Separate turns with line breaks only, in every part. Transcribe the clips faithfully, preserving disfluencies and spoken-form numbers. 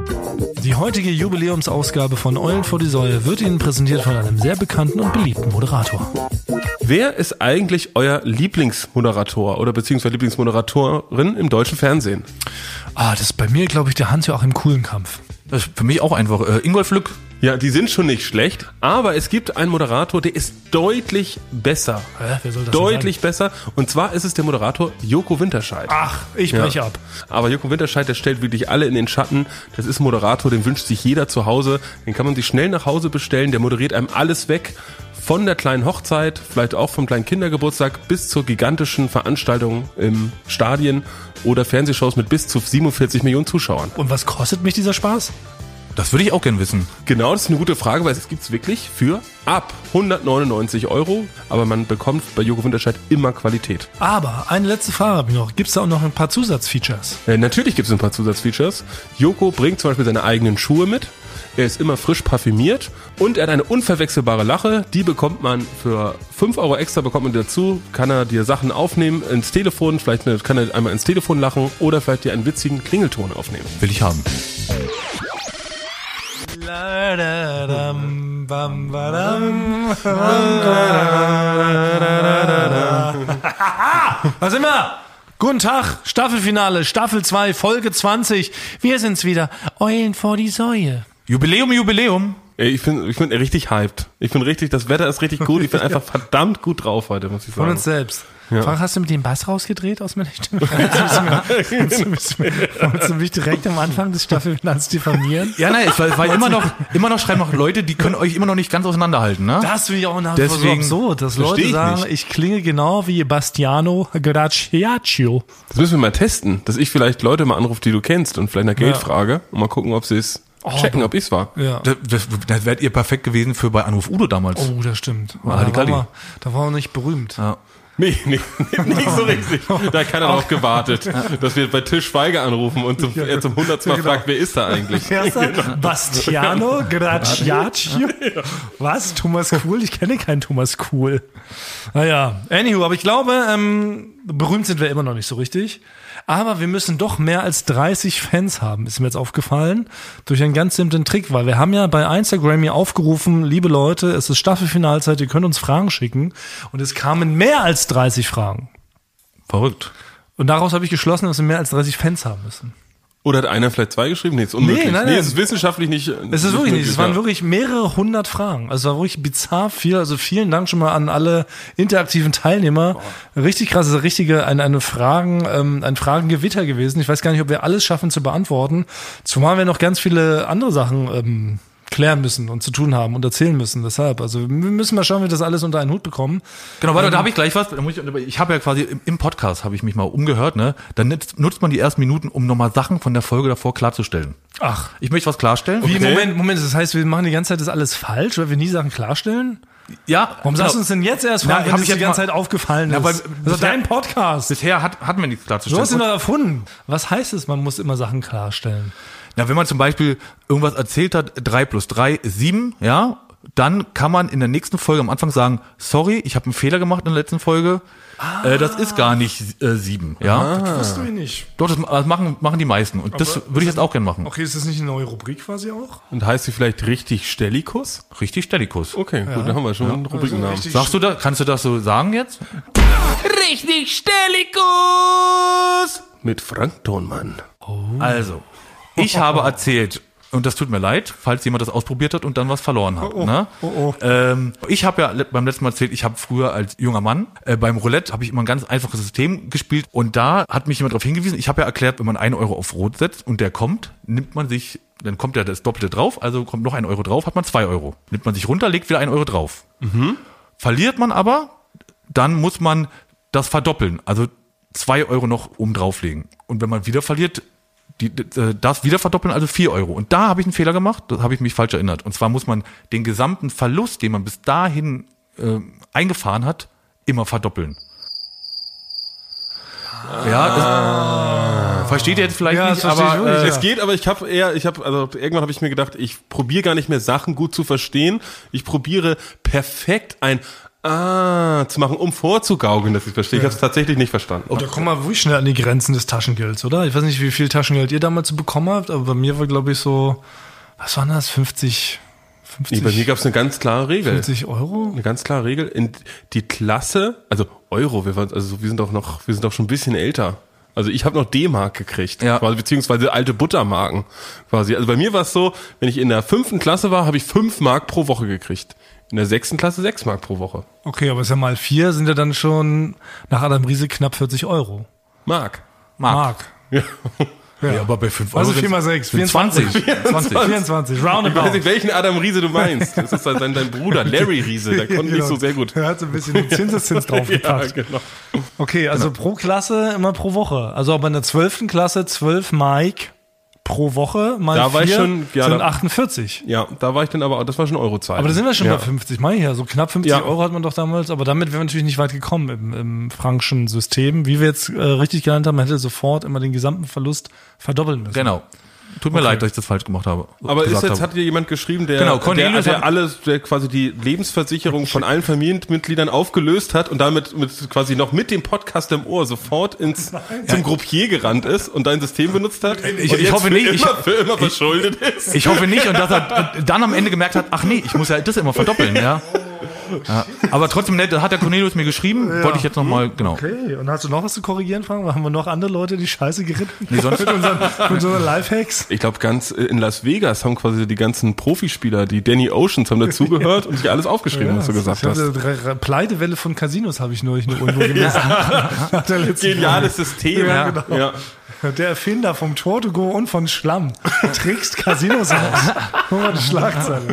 Die heutige Jubiläumsausgabe von Eulen vor die Säue wird Ihnen präsentiert von einem sehr bekannten und beliebten Moderator.
Wer ist eigentlich euer Lieblingsmoderator oder beziehungsweise Lieblingsmoderatorin im deutschen Fernsehen?
Ah, das ist bei mir, glaube ich, der Hans-Joachim Kulenkampf.
Das ist für mich auch einfach äh, Ingolf Lück.
Ja, die sind schon nicht schlecht, aber es gibt einen Moderator, der ist deutlich besser.
Hä, wer soll das
Deutlich besser. Und zwar ist es der Moderator Joko Winterscheid.
Ach, ich breche
Ja.
ab.
Aber Joko Winterscheid, der stellt wirklich alle in den Schatten. Das ist ein Moderator, den wünscht sich jeder zu Hause. Den kann man sich schnell nach Hause bestellen. Der moderiert einem alles weg. Von der kleinen Hochzeit, vielleicht auch vom kleinen Kindergeburtstag bis zur gigantischen Veranstaltung im Stadien oder Fernsehshows mit bis zu siebenundvierzig Millionen Zuschauern.
Und was kostet mich dieser Spaß?
Das würde ich auch gern wissen.
Genau, das ist eine gute Frage, weil es gibt's wirklich für ab hundertneunundneunzig Euro. Aber man bekommt bei Joko Winterscheid immer Qualität.
Aber eine letzte Frage habe ich noch. Gibt es da auch noch ein paar Zusatzfeatures?
Äh, natürlich gibt es ein paar Zusatzfeatures. Joko bringt zum Beispiel seine eigenen Schuhe mit. Er ist immer frisch parfümiert und er hat eine unverwechselbare Lache. Die bekommt man für fünf Euro extra, bekommt man dazu. Kann er dir Sachen aufnehmen ins Telefon, vielleicht kann er einmal ins Telefon lachen oder vielleicht dir einen witzigen Klingelton aufnehmen.
Will ich haben.
Was immer? Guten Tag, Staffelfinale, Staffel zwei, Folge zwanzig. Wir sind's wieder. Eulen vor die Säue.
Jubiläum, Jubiläum.
Ey, Ich bin, ich bin richtig hyped. Ich bin richtig, das Wetter ist richtig gut. Ich bin einfach verdammt gut drauf heute, muss ich sagen.
Von uns selbst.
Ja.
Frank, hast du mit dem Bass rausgedreht aus meiner Stimme? Wolltest du mich, wolltest du mich direkt am Anfang des Staffelfinals diffamieren?
Ja, nein, es war, es war immer noch, immer noch schreiben noch Leute, die können euch immer noch nicht ganz auseinanderhalten, ne?
Das finde ich auch nach wie vor so
Deswegen
absurd, dass
versteh
Leute
ich
sagen,
nicht.
ich klinge genau wie Bastiano Graciaccio.
Das müssen wir mal testen, dass ich vielleicht Leute mal anrufe, die du kennst und vielleicht nach Geld
Ja.
frage und mal gucken, ob sie es checken, ob ich's war.
Ja.
Das, das, das wärt ihr perfekt gewesen für bei Anruf Udo damals.
Oh, das stimmt.
Ah,
da,
die
waren
Galli.
wir, da waren wir nicht berühmt.
Ja.
Nee, nee, nicht so richtig. Da hat keiner drauf gewartet, dass wir bei Tisch Schweiger anrufen und zum, er zum hundertsten Mal fragt, wer ist da eigentlich?
Wer ist das? Bastiano Graciaccio? Was? Thomas Kuhl? Ich kenne keinen Thomas Kuhl. Naja, anywho, aber ich glaube, ähm, berühmt sind wir immer noch nicht so richtig. Aber wir müssen doch mehr als dreißig Fans haben, ist mir jetzt aufgefallen, durch einen ganz simplen Trick, weil wir haben ja bei Instagram hier aufgerufen, liebe Leute, es ist Staffelfinalzeit, ihr könnt uns Fragen schicken und es kamen mehr als dreißig Fragen.
Verrückt.
Und daraus habe ich geschlossen, dass wir mehr als dreißig Fans haben müssen.
Oder hat einer vielleicht zwei geschrieben? Nee, ist unmöglich.
Nee, nein,
nee,
nein.
es ist wissenschaftlich nicht.
Es ist wirklich nicht. Es waren
ja.
wirklich mehrere hundert Fragen. Also es war wirklich bizarr viel. Also vielen Dank schon mal an alle interaktiven Teilnehmer. Boah. Richtig krass. Es ist richtige, ein, eine Fragen, ähm, ein Fragengewitter gewesen. Ich weiß gar nicht, ob wir alles schaffen zu beantworten. Zumal wir noch ganz viele andere Sachen ähm, klären müssen und zu tun haben und erzählen müssen. Deshalb, also wir müssen mal schauen, wie wir das alles unter einen Hut bekommen.
Genau, warte, da habe ich gleich was. Da muss ich, ich habe ja quasi im, im Podcast habe ich mich mal umgehört, ne? Dann nutzt, nutzt man die ersten Minuten, um nochmal Sachen von der Folge davor klarzustellen.
Ach.
Ich möchte was klarstellen.
Wie,
Okay.
Moment, Moment. Das heißt, wir machen die ganze Zeit das alles falsch, weil wir nie Sachen klarstellen?
Ja.
Warum
genau.
sagst du uns denn jetzt erst
Na,
fragen, wenn
hab
es
ich
die
jetzt
ganze
mal-
Zeit aufgefallen
Na,
ist?
weil-
Das ist
bisher-
dein Podcast.
Bisher hat, hatten wir nichts
Du
klarzustellen.
hast ihn doch erfunden. Was heißt es, man muss immer Sachen klarstellen?
Na, wenn man zum Beispiel irgendwas erzählt hat, drei plus drei ist sieben, ja, dann kann man in der nächsten Folge am Anfang sagen, sorry, ich habe einen Fehler gemacht in der letzten Folge, ah. äh, das ist gar nicht äh, sieben, ja.
Ah. Das wussten wir nicht.
Doch, das, das machen, machen die meisten und das würde ich jetzt auch gerne machen.
Okay, ist das nicht eine neue Rubrik quasi auch?
Und heißt sie vielleicht richtig Stellikus?
Richtig Stellikus.
Okay, gut, dann haben wir schon einen Rubrikennamen.
richtig-
Sagst du da, kannst du das so sagen jetzt? Richtig Stellikus!
Mit Frank Thonmann.
Also, ich habe erzählt, und das tut mir leid, falls jemand das ausprobiert hat und dann was verloren hat.
Oh, oh,
ne?
oh, oh.
Ähm, ich habe ja le- beim letzten Mal erzählt, ich habe früher als junger Mann äh, beim Roulette habe ich immer ein ganz einfaches System gespielt und da hat mich jemand darauf hingewiesen, ich habe ja erklärt, wenn man einen Euro auf Rot setzt und der kommt, nimmt man sich, dann kommt ja das Doppelte drauf, also kommt noch ein Euro drauf, hat man zwei Euro. Nimmt man sich runter, legt wieder ein Euro drauf. Mhm. Verliert man aber, dann muss man das verdoppeln, also zwei Euro noch oben drauflegen. Und wenn man wieder verliert, die, äh, das wieder verdoppeln, also vier Euro. Und da habe ich einen Fehler gemacht, da habe ich mich falsch erinnert. Und zwar muss man den gesamten Verlust, den man bis dahin äh, eingefahren hat, immer verdoppeln. Ah. Ja, das, versteht ihr jetzt vielleicht
Ja,
nicht,
das verstehe ich
aber
wirklich,
äh,
Es geht, aber ich habe eher, ich habe, also irgendwann habe ich mir gedacht, ich probiere gar nicht mehr Sachen gut zu verstehen. Ich probiere perfekt ein Ah, zu machen, um vorzugaukeln, dass ich verstehe. Ich habe es tatsächlich nicht verstanden.
Da kommen wir wirklich schnell an die Grenzen des Taschengelds, oder? Ich weiß nicht, wie viel Taschengeld ihr damals so bekommen habt, aber bei mir war, glaube ich, so, was waren das, fünfzig, fünfzig?
Nee, bei mir gab es eine ganz klare Regel.
fünfzig Euro?
Eine ganz klare Regel. In die Klasse, also Euro, wir, waren, also wir sind doch noch, wir sind doch schon ein bisschen älter. Also ich habe noch D-Mark gekriegt,
ja.
quasi, beziehungsweise alte Buttermarken quasi. Also bei mir war es so, wenn ich in der fünften Klasse war, habe ich fünf Mark pro Woche gekriegt. In der sechsten Klasse sechs Mark pro Woche.
Okay, aber ist ja mal vier, sind ja dann schon nach Adam Riese knapp vierzig Euro.
Mark.
Mark.
Mark.
Ja.
Ja, ja, aber bei fünf Euro
Also vier mal sechs, vierundzwanzig.
zwanzig.
vierundzwanzig,
Ich weiß
roundabout.
nicht, welchen Adam Riese du meinst. Das ist halt dein, dein Bruder, Larry Riese. Der konnte nicht so sehr gut.
Er hat so ein bisschen den Zinseszins
Ja,
draufgepackt.
genau.
Okay, also pro Klasse immer pro Woche. Also aber in der zwölften Klasse zwölf Mike pro Woche mal
Da war ich
vier
schon- ja,
sind
da-
achtundvierzig.
Ja, da war ich dann aber, das war schon Eurozeit.
Aber da sind wir schon
ja.
bei fünfzig, meine ich ja. So knapp fünfzig
Ja.
Euro hat man doch damals, aber damit wären wir natürlich nicht weit gekommen im, im frankischen System. Wie wir jetzt äh, richtig gelernt haben, man hätte sofort immer den gesamten Verlust verdoppeln müssen.
Genau. Tut mir
Okay.
leid, dass ich das falsch gemacht habe.
Aber ist
gesagt
jetzt,
habe.
hat dir jemand geschrieben, der,
Genau,
der,
Cornelius
der
hat-
alles, der quasi die Lebensversicherung von allen Familienmitgliedern aufgelöst hat und damit mit quasi noch mit dem Podcast im Ohr sofort ins, zum Groupier gerannt ist und dein System benutzt hat?
Ich-
und
ich
jetzt
hoffe
für
nicht,
Immer,
ich-
für immer verschuldet ist.
Ich hoffe nicht und dass er dann am Ende gemerkt hat, ach nee, ich muss ja das immer verdoppeln, ja. Ja. Aber trotzdem nett, hat der Cornelius mir geschrieben, wollte ich jetzt nochmal, genau.
Okay, und hast du noch was zu korrigieren, Frank? Haben wir noch andere Leute, die Scheiße geritten?
Nee, sonst-
mit unseren, mit unseren Lifehacks?
Ich glaube, ganz äh, in Las Vegas haben quasi die ganzen Profispieler, die Danny Oceans, haben dazugehört und sich alles aufgeschrieben, was du gesagt
ich
hast.
hatte eine Pleitewelle von Casinos habe ich neulich nur irgendwo gelesen. Nach der letzten
Geniales System.
Ja, genau.
Ja.
Der Erfinder vom Tor to Go und von Schlamm trickst Casinos aus. Guck mal die Schlagzeile.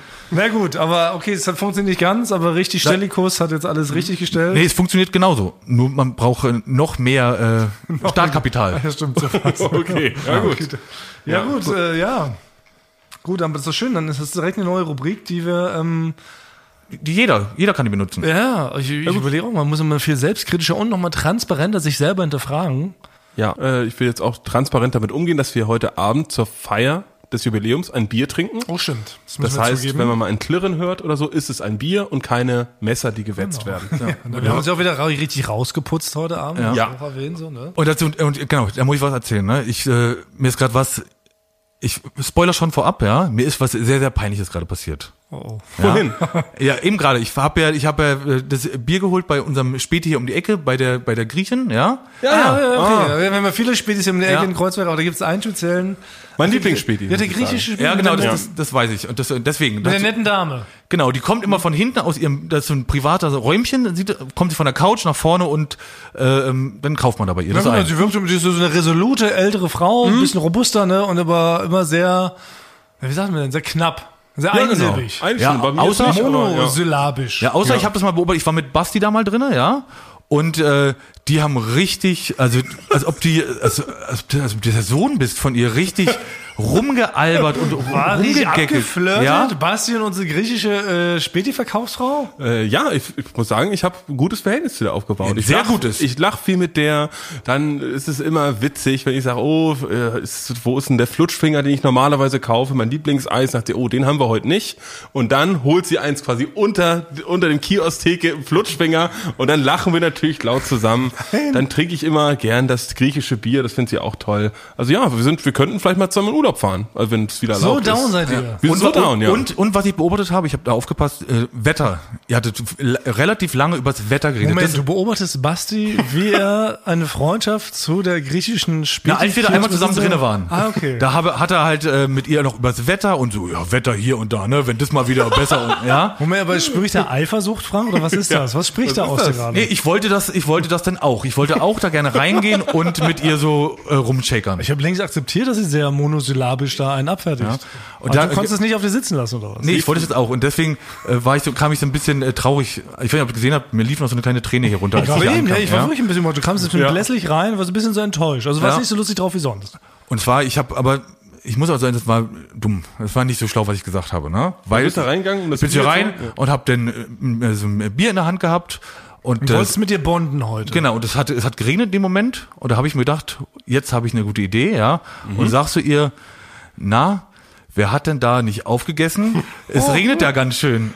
Na gut, aber okay, es hat funktioniert nicht ganz, aber richtig Stellikus hat jetzt alles richtig gestellt.
Nee, es funktioniert genauso. Nur man braucht äh, noch mehr äh, Startkapital.
Ja, stimmt. So fast.
Okay, ja gut.
Ja,
Ja,
gut, äh, ja. Gut, aber das ist doch schön, dann ist das direkt eine neue Rubrik, die wir, ähm,
Die jeder, jeder kann die benutzen.
ja, ich, ich überlege auch, man muss immer viel selbstkritischer und nochmal transparenter sich selber hinterfragen.
Ja, äh, ich will jetzt auch transparent damit umgehen, dass wir heute Abend zur Feier des Jubiläums ein Bier trinken.
Oh, stimmt. Das,
Das heißt, wenn man mal ein Klirren hört oder so, ist es ein Bier und keine Messer, die gewetzt werden. Ja.
wir haben uns ja auch wieder ra- richtig rausgeputzt heute Abend.
Ja.
muss ich
Ja.
Auch erwähnen, so, ne?
Und dazu, und genau, da muss ich was erzählen. Ne? Ich, äh, mir ist gerade was, ich spoiler schon vorab, ja. Mir ist was sehr, sehr Peinliches gerade passiert.
Oh, oh.
Wohin?
Ja, eben gerade. Ich habe ja, ich habe ja äh, das Bier geholt bei unserem Späti hier um die Ecke, bei der, bei der Griechin, ja.
Ja, ja, ja, okay. Ja, wir haben ja viele Spätis in der Ecke
Ja.
in Kreuzberg, aber da gibt es einen speziellen.
Mein Lieblingsspäti.
Ja, der
muss ich sagen.
griechische Späti.
Ja, genau,
mit,
das,
der,
das, das weiß ich. Und das, deswegen.
mit der
Das,
netten Dame.
genau, die kommt immer von hinten aus ihrem, das ist so ein privater Räumchen, sieht, kommt sie von der Couch nach vorne und äh, ähm, dann kauft man da bei ihr.
Ja,
Das
genau,
ein.
sie wirkt so, sie ist so eine resolute ältere Frau, ein bisschen robuster, ne, und aber immer sehr, wie sagt man denn, sehr knapp. Sehr
Ja, genau.
einsilbig.
Eigentlich
Ja,
schon. Bei mir
außer
ist nicht, aber, ja.
Monosyllabisch.
Ja, außer ich habe das mal beobachtet, ich war mit Basti da mal drinne, ja. Und äh, die haben richtig, also als ob die, also, als ob du als ob du der Sohn bist von ihr, richtig rumgealbert und
War richtig
rumgegeckelt.
abgeflirtet.
Ja?
Basti und unsere griechische äh, Späti-Verkaufsfrau.
Äh, ja, ich, ich muss sagen, ich habe ein gutes Verhältnis zu der aufgebaut.
Ja,
ich
sehr
lach,
gutes.
Ich lach viel mit der. Dann ist es immer witzig, wenn ich sage, oh, äh, ist, wo ist denn der Flutschfinger, den ich normalerweise kaufe? Mein Lieblingseis. Sagt sie, oh, den haben wir heute nicht. Und dann holt sie eins quasi unter unter dem Kiosk-Theke im Flutschfinger und dann lachen wir natürlich laut zusammen.
Nein.
Dann trinke ich immer gern das griechische Bier. Das findet sie auch toll. Also ja, wir sind, wir könnten vielleicht mal zusammen in Urlaub fahren, also wenn es wieder
So
erlaubt
down
ist.
seid ihr.
Wir
Und,
sind so down, ja.
und, und was ich beobachtet habe, ich habe da aufgepasst, äh, Wetter. Ihr hattet l- relativ lange über das Wetter geredet.
Moment,
Das-
du beobachtest Basti, wie er eine Freundschaft zu der griechischen Späti.
Ja, als wir da einmal zusammen drinnen waren.
Ah, okay.
Da habe, hat er halt äh, mit ihr noch über das Wetter und so, ja, Wetter hier und da, ne, wenn das mal wieder besser und, ja.
Moment, aber spricht der Eifersucht, Frank, oder was ist das? Was spricht da
ist
aus dir
das?
gerade?
Nee, ich wollte das, ich wollte das dann auch. Ich wollte auch da gerne reingehen und mit ihr so äh, rumshakern.
Ich habe längst akzeptiert, dass sie sehr monosyllabisch da einen abfertigt.
Ja.
Und
Und da-
du konntest es nicht auf dir sitzen lassen, oder was?
Nee, ich wollte es jetzt auch. Und deswegen äh, war ich so, kam ich so ein bisschen äh, traurig. Ich weiß nicht, ob ihr gesehen habt, mir lief noch so eine kleine Träne hier runter. Als
Gerade
ich hier
eben, ja,
ankam,
ich war wirklich ein bisschen, du kamst jetzt mit
Ja.
blässlich rein, warst ein bisschen so enttäuscht. Also warst
Ja.
nicht so lustig drauf wie sonst.
Und zwar, ich habe aber, ich muss auch sagen, das war dumm. Das war nicht so schlau, was ich gesagt habe, ne? Weil
Du bist da reingegangen, um das
bin hier
Bier
rein
zu- ja.
und habe dann äh, so ein Bier in der Hand gehabt. Und
Du
äh,
wolltest mit dir bonden heute.
genau, und es hat, es hat geregnet in dem Moment. Und da habe ich mir gedacht, jetzt habe ich eine gute Idee, ja.
Mhm.
Und sagst du ihr, na, wer hat denn da nicht aufgegessen? Es regnet ja ganz schön.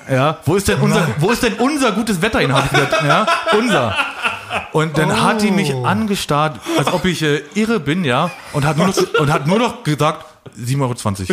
Ja, wo ist denn unser, wo ist denn unser gutes Wetter hin, habe ich gesagt, ja, unser. Und dann oh. hat die mich angestarrt, als ob ich äh, irre bin, ja, und hat nur noch, und hat nur noch gesagt, sieben Euro zwanzig.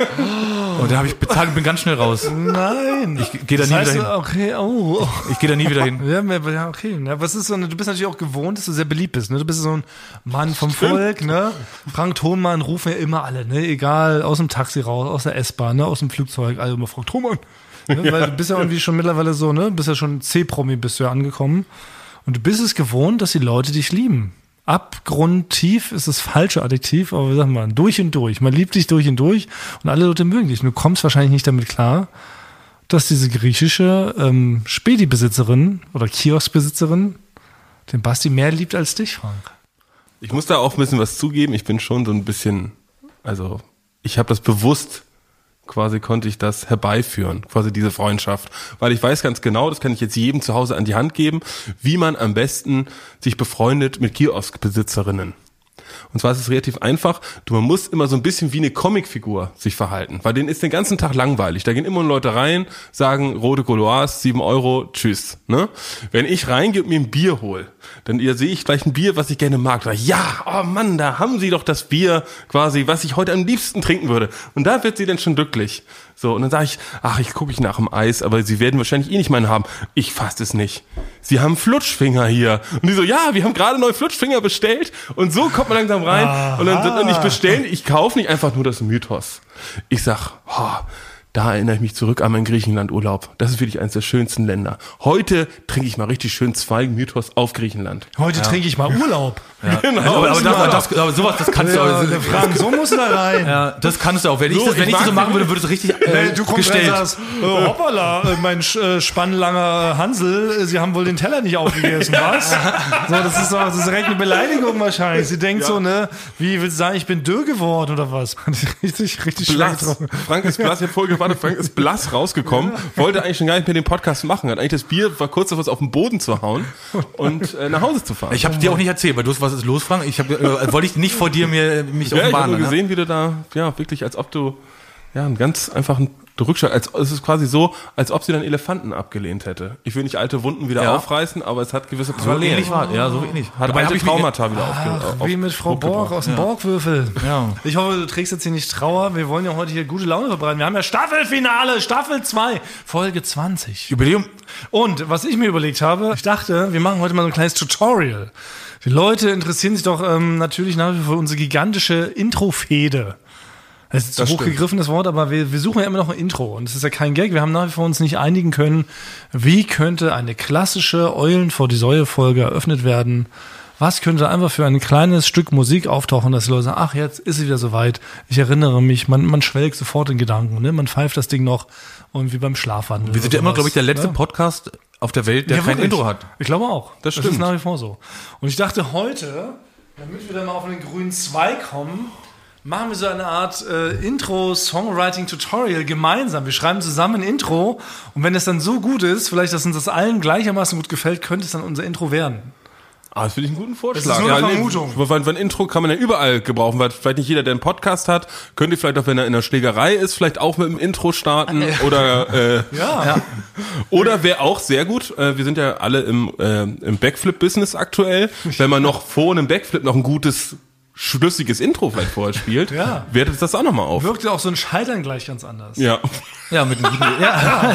Und dann habe ich bezahlt und bin ganz schnell raus.
Nein.
Ich gehe da nie
heißt,
wieder hin.
Okay, oh.
Ich gehe da nie wieder hin.
Ja, okay. Ja, was ist so, du bist natürlich auch gewohnt, dass du sehr beliebt bist. Ne? Du bist so ein Mann vom Volk. Ne? Frank Thonmann rufen ja immer alle, ne? Egal, aus dem Taxi raus, aus der S-Bahn, ne? Aus dem Flugzeug. Also immer Frank Thonmann. Ne? Ja. Weil du bist ja irgendwie schon mittlerweile so, ne? Bist ja schon C-Promi, bist du ja angekommen. Und du bist es gewohnt, dass die Leute dich lieben. Abgrundtief ist das falsche Adjektiv, aber wie sagt man, durch und durch. Man liebt dich durch und durch und alle Leute mögen dich. Und du kommst wahrscheinlich nicht damit klar, dass diese griechische ähm, Spedi-Besitzerin oder Kioskbesitzerin den Basti mehr liebt als dich, Frank.
Ich muss da auch ein bisschen was zugeben. Ich bin schon so ein bisschen, also ich habe das bewusst quasi konnte ich das herbeiführen, quasi diese Freundschaft. Weil ich weiß ganz genau, das kann ich jetzt jedem zu Hause an die Hand geben, wie man am besten sich befreundet mit Kioskbesitzerinnen. Und zwar ist es relativ einfach. Du, man muss immer so ein bisschen wie eine Comicfigur sich verhalten, weil denen ist den ganzen Tag langweilig. Da gehen immer Leute rein, sagen rote Gauloise, sieben Euro, tschüss. Ne? Wenn ich reingehe und mir ein Bier hole, dann ihr sehe ich gleich ein Bier, was ich gerne mag. Da, ja, oh Mann, da haben sie doch das Bier quasi, was ich heute am liebsten trinken würde. Und da wird sie dann schon glücklich. So, und dann sage ich, ach, ich gucke ich nach dem Eis, aber sie werden wahrscheinlich eh nicht meinen haben. Ich fasse es nicht. Sie haben Flutschfinger hier. Und die so, ja, wir haben gerade neue Flutschfinger bestellt. Und so kommt man langsam rein. Aha. Und dann und ich bestelle, ich kaufe nicht einfach nur das Mythos. Ich sag, oh, da erinnere ich mich zurück an meinen Griechenland-Urlaub. Das ist wirklich eines der schönsten Länder. Heute trinke ich mal richtig schön zwei Mythos auf Griechenland.
Heute
ja.
trinke ich mal Urlaub.
Ja. Genau. Aber, aber, das, das, aber sowas, das kannst
ja,
du auch.
Frank, so musst du da rein.
Ja, das kannst du auch. Wenn
so,
ich das, wenn
ich
ich das so machen würde, würde es richtig äh,
nee, du kommst gestellt. Und sagst, äh, hoppala, äh, mein äh, spannlanger Hansel, äh, Sie haben wohl den Teller nicht aufgegessen, was? So, das ist doch, das ist direkt eine Beleidigung wahrscheinlich. Sie denkt ja. so, ne, wie willst du sagen, ich bin dürr geworden oder was? richtig, richtig
blass. Frank ist blass, ich habe vorher gewartet, Frank ist blass rausgekommen, wollte eigentlich schon gar nicht mehr den Podcast machen, hat eigentlich das Bier, war kurz davor, es auf den Boden zu hauen und äh, nach Hause zu fahren.
Ich habe dir auch nicht erzählt, weil du, was ist los, Frank? Ich habe äh, wollte ich nicht vor dir mir mich
ja,
offenbaren.
Ich habe gesehen, wie du da, ja, wirklich, als ob du, ja, einen ganz einfachen Rückschlag, als, es ist quasi so, als ob sie dann Elefanten abgelehnt hätte. Ich will nicht alte Wunden wieder ja. aufreißen, aber es hat gewisse
so ähnlich war, ja, so ähnlich.
Hat
Dabei
alte
ich
Traumata
mich,
wieder
ach,
aufge, auf,
wie mit Frau Borg aus dem ja. Borgwürfel. Ja. Ich hoffe, du trägst jetzt hier nicht Trauer. Wir wollen ja heute hier gute Laune verbreiten. Wir haben ja Staffelfinale, Staffel zwei, Folge zwanzig.
Jubiläum.
Und was ich mir überlegt habe, ich dachte, wir machen heute mal so ein kleines Tutorial. Die Leute interessieren sich doch ähm, natürlich nach wie vor für unsere gigantische Intro-Fehde. Das ist ein zu hoch gegriffenes Wort, aber wir, wir suchen ja immer noch ein Intro. Und es ist ja kein Gag. Wir haben nach wie vor uns nicht einigen können, wie könnte eine klassische Eulen vor die Säue-Folge eröffnet werden. Was könnte einfach für ein kleines Stück Musik auftauchen, dass die Leute sagen, ach, jetzt ist es wieder soweit. Ich erinnere mich, man, man schwelgt sofort in Gedanken. Ne? Man pfeift das Ding noch und wie beim Schlafwandel.
Wir sind ja immer, glaube ich, der letzte ja? Podcast auf der Welt, der ja, kein wirklich. Intro hat.
Ich glaube auch.
Das stimmt.
Das ist nach wie vor so. Und ich dachte heute, damit wir dann mal auf den grünen Zweig kommen, machen wir so eine Art äh, Intro-Songwriting-Tutorial gemeinsam. Wir schreiben zusammen ein Intro und wenn es dann so gut ist, vielleicht, dass uns das allen gleichermaßen gut gefällt, könnte es dann unser Intro werden.
Ah, das finde ich einen guten Vorschlag.
Das ist nur eine ja, Vermutung.
Weil, weil ein Intro kann man ja überall gebrauchen, weil vielleicht nicht jeder, der einen Podcast hat, könnte vielleicht auch, wenn er in der Schlägerei ist, vielleicht auch mit dem Intro starten oder äh,
ja. ja.
Oder wäre auch sehr gut, äh, wir sind ja alle im, äh, im Backflip-Business aktuell, wenn man noch vor einem Backflip noch ein gutes schlüssiges Intro vielleicht vorher spielt, ja. wertet das auch nochmal auf.
Wirkt ja auch so ein Scheitern gleich ganz anders.
Ja.
Ja, mit einem guten,
ja,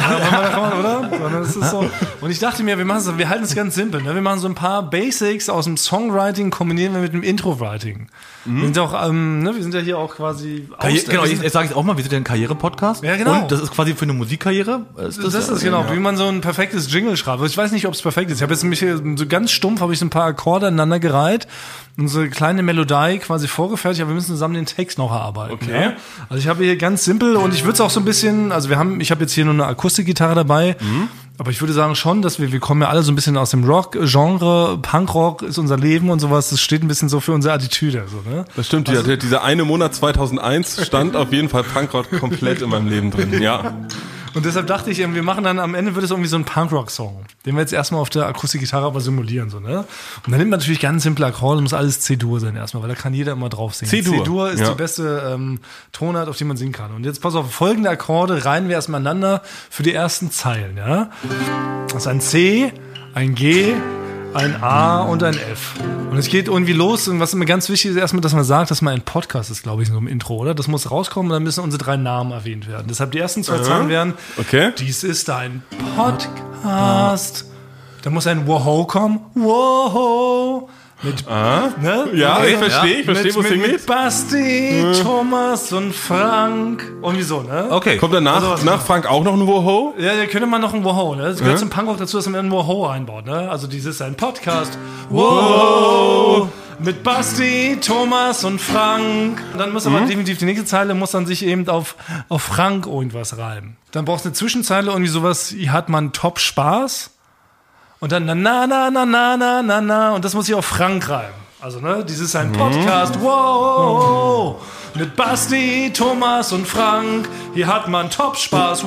ja, oder? Das ist so. Und ich dachte mir, wir machen es, wir halten es ganz simpel, ne? Wir machen so ein paar Basics aus dem Songwriting, kombinieren wir mit dem Intro-Writing. Mhm. Wir sind auch, ähm, ne, wir sind ja hier auch quasi
Karriere, genau, jetzt, jetzt sage ich auch mal, wir sind ja ein Karriere-Podcast.
Ja, genau.
Und das ist quasi für eine Musikkarriere.
Ist das, das ist genau, ja. wie man so ein perfektes Jingle schreibt. Ich weiß nicht, ob es perfekt ist. Ich habe jetzt mich hier so ganz stumpf, habe ich so ein paar Akkorde aneinander gereiht und so eine kleine Melodie quasi vorgefertigt, aber wir müssen zusammen den Text noch erarbeiten.
Okay.
Ja? Also ich habe hier ganz simpel und ich würde es auch so ein bisschen, also wir haben, ich habe jetzt hier nur eine Akustikgitarre dabei, mhm. aber ich würde sagen schon, dass wir, wir kommen ja alle so ein bisschen aus dem Rock-Genre, Punkrock ist unser Leben und sowas, das steht ein bisschen so für unsere Attitüde. So, ne?
Das stimmt, also, dieser eine Monat zweitausendeins stand auf jeden Fall Punkrock komplett in meinem Leben drin, ja.
Und deshalb dachte ich, wir machen dann am Ende wird es irgendwie so ein Punkrock-Song, den wir jetzt erstmal auf der Akustikgitarre aber simulieren. So, ne? Und dann nimmt man natürlich ganz simple Akkorde, muss alles C-Dur sein erstmal, weil da kann jeder immer drauf singen.
C-Dur.
C-Dur ist
Ja.
die beste ähm, Tonart, auf die man singen kann. Und jetzt pass auf, folgende Akkorde reihen wir erstmal aneinander für die ersten Zeilen. Ja? Das ist ein C, ein G, ein A und ein F. Und es geht irgendwie los. Und was mir ganz wichtig ist, erstmal, dass man sagt, dass man ein Podcast ist, glaube ich, in so einem Intro, oder? Das muss rauskommen und dann müssen unsere drei Namen erwähnt werden. Deshalb die ersten zwei Zahlen werden,
Okay.
dies ist ein Podcast. Da muss ein Woho kommen. Woho. Mit,
Ah.
ne?
Ja,
Okay.
ich verstehe, ich verstehe, wo es
mit, mit,
hingeht.
mit Basti, Thomas und Frank. Irgendwie so, ne?
Okay.
Kommt danach
Also,
nach Frank auch noch ein Woho?
Ja, da könnte man noch ein Woho, ne? Es gehört zum Punkrock dazu, dass man ein Woho einbaut, ne? Also dieses ist ein Podcast. Woho! Mit Basti, Thomas und Frank. Und dann muss aber definitiv die nächste Zeile muss dann sich eben auf, auf Frank irgendwas reimen. Dann brauchst du eine Zwischenzeile, irgendwie sowas, hier hat man top Spaß. Und dann na na na na na na na na und das muss ich auf Frank reimen. Also, ne, dieses ist ein Podcast, wow, mit Basti, Thomas und Frank, hier hat man Top-Spaß,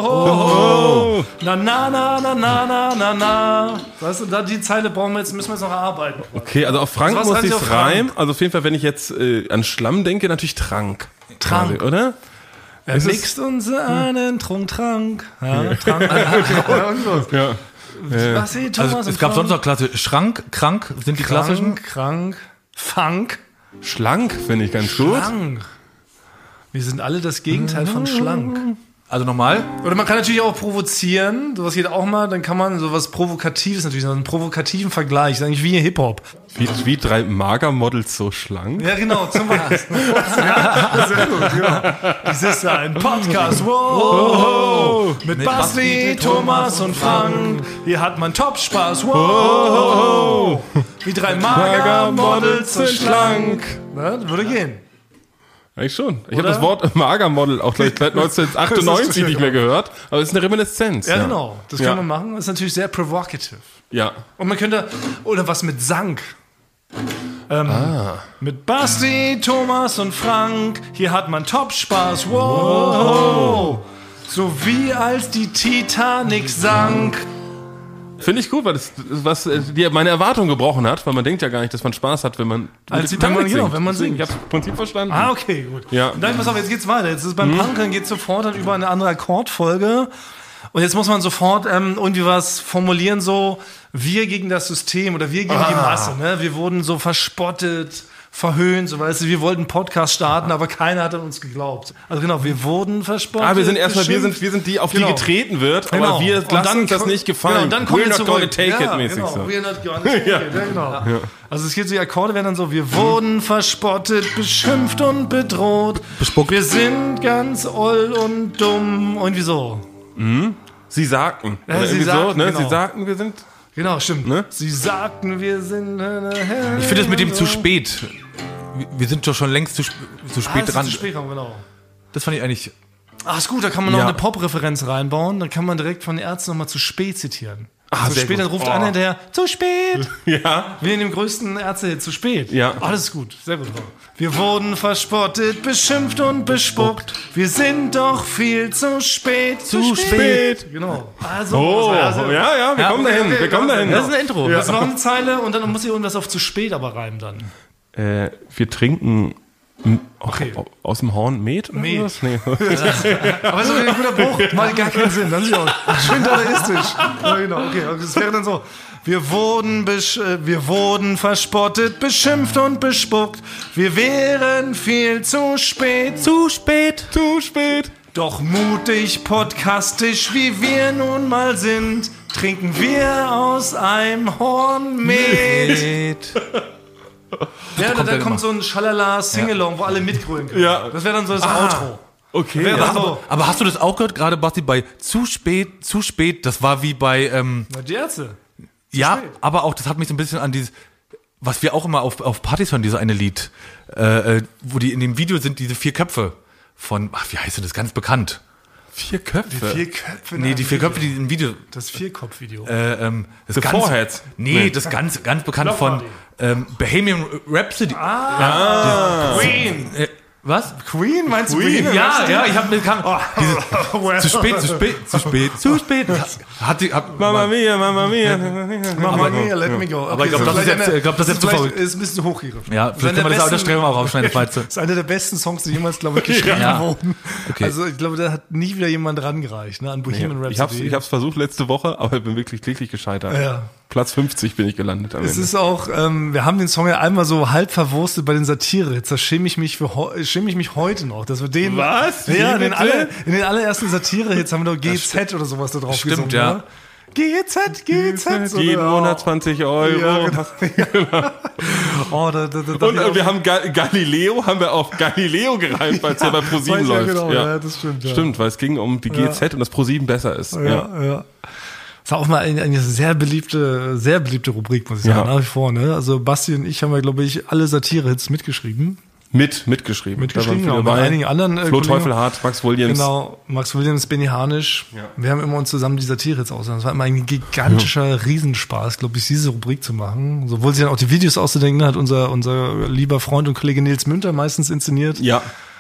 wow, na na na na na na na na. Weißt du, da die Zeile brauchen wir jetzt, müssen wir jetzt noch erarbeiten.
Okay, also auf Frank
Also was
muss
reimt
ich
sich auf Frank?
reimen. Also auf jeden Fall, wenn ich jetzt äh, an Schlamm denke, natürlich Trank.
Trank.
Quasi, oder?
Er
Ist es-
mixt uns einen Trunk, Trank. Ja, Trank. Ja, und los.
Ja.
Basti, Thomas
Also
und
es gab
Frank.
sonst noch Klasse Schrank, krank sind die klassischen.
Krank, krank, Funk.
Schlank finde ich ganz gut.
Schlank. Wir sind alle das Gegenteil von schlank.
Also nochmal.
Oder man kann natürlich auch provozieren, sowas geht auch mal, dann kann man sowas Provokatives natürlich, so einen provokativen Vergleich, das ist eigentlich wie Hip-Hop.
Wie, wie drei Magermodels so schlank.
Ja, genau, zum Beispiel. Ja, sehr gut, genau. Dies ist ein Podcast, wow, mit, mit Basti, Thomas und Frank. Hier hat man Top-Spaß, wow, wie drei Magermodels so schlank. Na, das würde gehen.
Eigentlich schon. Ich habe
Oder?
das Wort Magermodel auch gleich seit neunzehnhundertachtundneunzig nicht mehr gehört. Aber es ist eine Reminiszenz.
Ja, genau, das
Ja.
können wir machen. Das ist natürlich sehr provocative.
Ja.
Und man könnte, oder was mit Sank. Ähm, Mit Basti, Thomas und Frank, hier hat man Top-Spaß, wow. So wie als die Titanic sank.
Finde ich gut, weil das, was äh, dir meine Erwartung gebrochen hat, weil man denkt ja gar nicht, dass man Spaß hat, wenn man
Als
die
wenn man-
Titanic
genau,
singt.
wenn man
Deswegen,
singt.
Ich habe das Prinzip verstanden.
Ah, okay, gut.
Ja.
Und dann, pass auf, jetzt geht's weiter. Jetzt ist beim Punkern geht's sofort dann über eine andere Akkordfolge. Und jetzt muss man sofort ähm, irgendwie was formulieren, so wir gegen das System oder wir gegen die Masse. Ne? Wir wurden so verspottet, verhöhnt, so weißt du, wir wollten einen Podcast starten, aber keiner hat an uns geglaubt. Also genau, wir wurden verspottet.
Ah, wir sind erstmal, wir
beschimpft.
sind, wir sind die, auf
Genau.
die getreten wird, aber
Genau.
wir
Und
lassen
dann
uns das
ko-
nicht gefallen.
Genau, und dann kommen
We're
wir
not
zurück.
gonna take
ja,
it mäßig
genau.
so.
We're not gonna take it. Ja, genau. Also es geht so, die Akkorde werden dann so, wir wurden verspottet, beschimpft und bedroht.
Bespuckt.
Wir sind ganz oll und dumm. Irgendwie so.
Sie sagten.
Ja,
Oder
sie
irgendwie
sagten,
so, ne?
genau.
Sie sagten, wir sind.
Genau, stimmt.
Ne?
Sie sagten, wir sind...
Ich finde es mit dem zu spät. Wir- Wir sind doch schon längst zu, sp- zu
Ah,
spät
das ist
dran.
zu spät, genau.
Das fand ich eigentlich.
Ach, ist gut, da kann man noch
Ja.
eine Pop-Referenz reinbauen. Dann kann man direkt von den Ärzten nochmal zu spät zitieren.
Ah,
zu
sehr
spät,
gut.
dann ruft
Oh.
einer hinterher, zu spät.
Ja.
Wie in dem größten Ärzte zu spät.
Ja.
Alles ist gut, sehr gut. Wir wurden verspottet, beschimpft und bespuckt. Wir sind doch viel zu spät. Zu,
spät.
Genau. Also,
Oh,
also
ja, ja, wir kommen
okay,
dahin,
okay,
wir kommen
okay.
dahin.
Das ist ein Intro.
Das ist noch eine Zeile und dann muss ich irgendwas auf zu spät aber reimen dann.
Äh, wir trinken m-
Okay.
au- aus dem Horn Met? Oder
Met.
was? Nee.
Aber so ein guter Bruch, macht gar keinen Sinn. Dann ist ja auch schön dadaistisch. Ja, genau, okay. Also das wäre dann so. Wir wurden, besch äh, wir wurden verspottet, beschimpft und bespuckt. Wir wären viel zu spät.
Zu spät.
Zu spät.
Doch mutig, podcastisch, wie wir nun mal sind, trinken wir aus einem Horn Met. Ja, da,
kommt
da
dann
kommt
immer.
so ein Schalala Singalong, wo alle mitgrölen können.
Ja.
Das wäre dann so das Outro.
Okay.
Wäre
Ja.
dann so,
Aber hast du das auch gehört, gerade Basti, bei zu spät, zu spät, das war wie bei, ähm,
na, die Ärzte.
ja,
spät.
aber auch, das hat mich so ein bisschen an dieses, was wir auch immer auf, auf Partys hören, dieses eine Lied, äh, äh, wo die in dem Video sind, diese vier Köpfe von, ach, wie heißt denn das, ganz bekannt.
Vier Köpfe.
Vier Köpfe.
Nee, die vier Köpfe, die im Video,
Das Vierkopf-Video.
äh, ähm, das
The
ganz,
Foreheads.
Nee,
Nee.
das ganz, ganz bekannt
Block
von,
Party.
ähm, Bohemian Rhapsody.
Queen.
Äh, Was?
Queen, meinst du
Queen?
Queen?
Ja, ja, ich habe mir kam, diese,
well.
zu spät, zu spät, zu spät, zu spät. Hat die, hat,
Mama mia, Mama mia.
Mama mia, let me go. Okay,
aber ich glaube, das ist jetzt, ich glaub, das ist jetzt zu verrückt.
Ist ein bisschen zu hochgegriffen.
Ja, vielleicht können wir das, das stellen wir auch aufschneiden, falls.
Das ist einer der besten Songs, die jemals, glaube ich, geschrieben
Ja.
wurden.
Okay.
Also ich glaube, da hat nie wieder jemand rangereicht, ne, an Bohemian Rhapsody.
Ich hab's, ich hab's versucht letzte Woche, aber ich bin wirklich kläglich gescheitert.
Ja.
Platz fünfzig bin ich gelandet am
Es
Ende.
ist auch, ähm, wir haben den Song ja einmal so halb verwurstet bei den Satire-Hits. Da schäme ich mich für heu- schäme ich mich heute noch, dass wir den.
Was?
Ja,
Wie
in den,
bitte?
alle, in den allerersten Satire-Hits haben wir doch G Z oder sowas da drauf
Stimmt,
gesungen.
ja.
Ne? G Z, G Z. so,
Jeden
ja.
Monat zwanzig Euro.
Ja, genau. Oh, da, da, da, da
Und äh, wir haben Ga- Galileo, haben wir auf Galileo gereimt, weil es ja, bei ProSieben
weiß ja,
läuft.
genau, ja, das stimmt, ja.
Stimmt, weil es ging um die G Z und das ProSieben besser ist.
Ja,
Ja.
ja. Das war auch mal eine, eine sehr beliebte, sehr beliebte Rubrik, muss ich sagen,
Ja.
nach wie vor. Ne? Also Basti und ich haben ja, glaube ich, alle Satire-Hits mitgeschrieben.
Mit, mitgeschrieben.
Mitgeschrieben,
Da waren
genau.
viele
Bei
dabei.
einigen anderen äh,
Flo
Kollegen-
Teufelhardt, Max Williams.
Genau, Max Williams, Benny Harnisch.
Ja.
Wir haben immer uns zusammen die Satire-Hits ausgedacht. Das war immer ein gigantischer Riesenspaß, glaube ich, diese Rubrik zu machen. Sowohl sich dann auch die Videos auszudenken, hat unser, unser lieber Freund und Kollege Nils Münter meistens inszeniert.
Ja.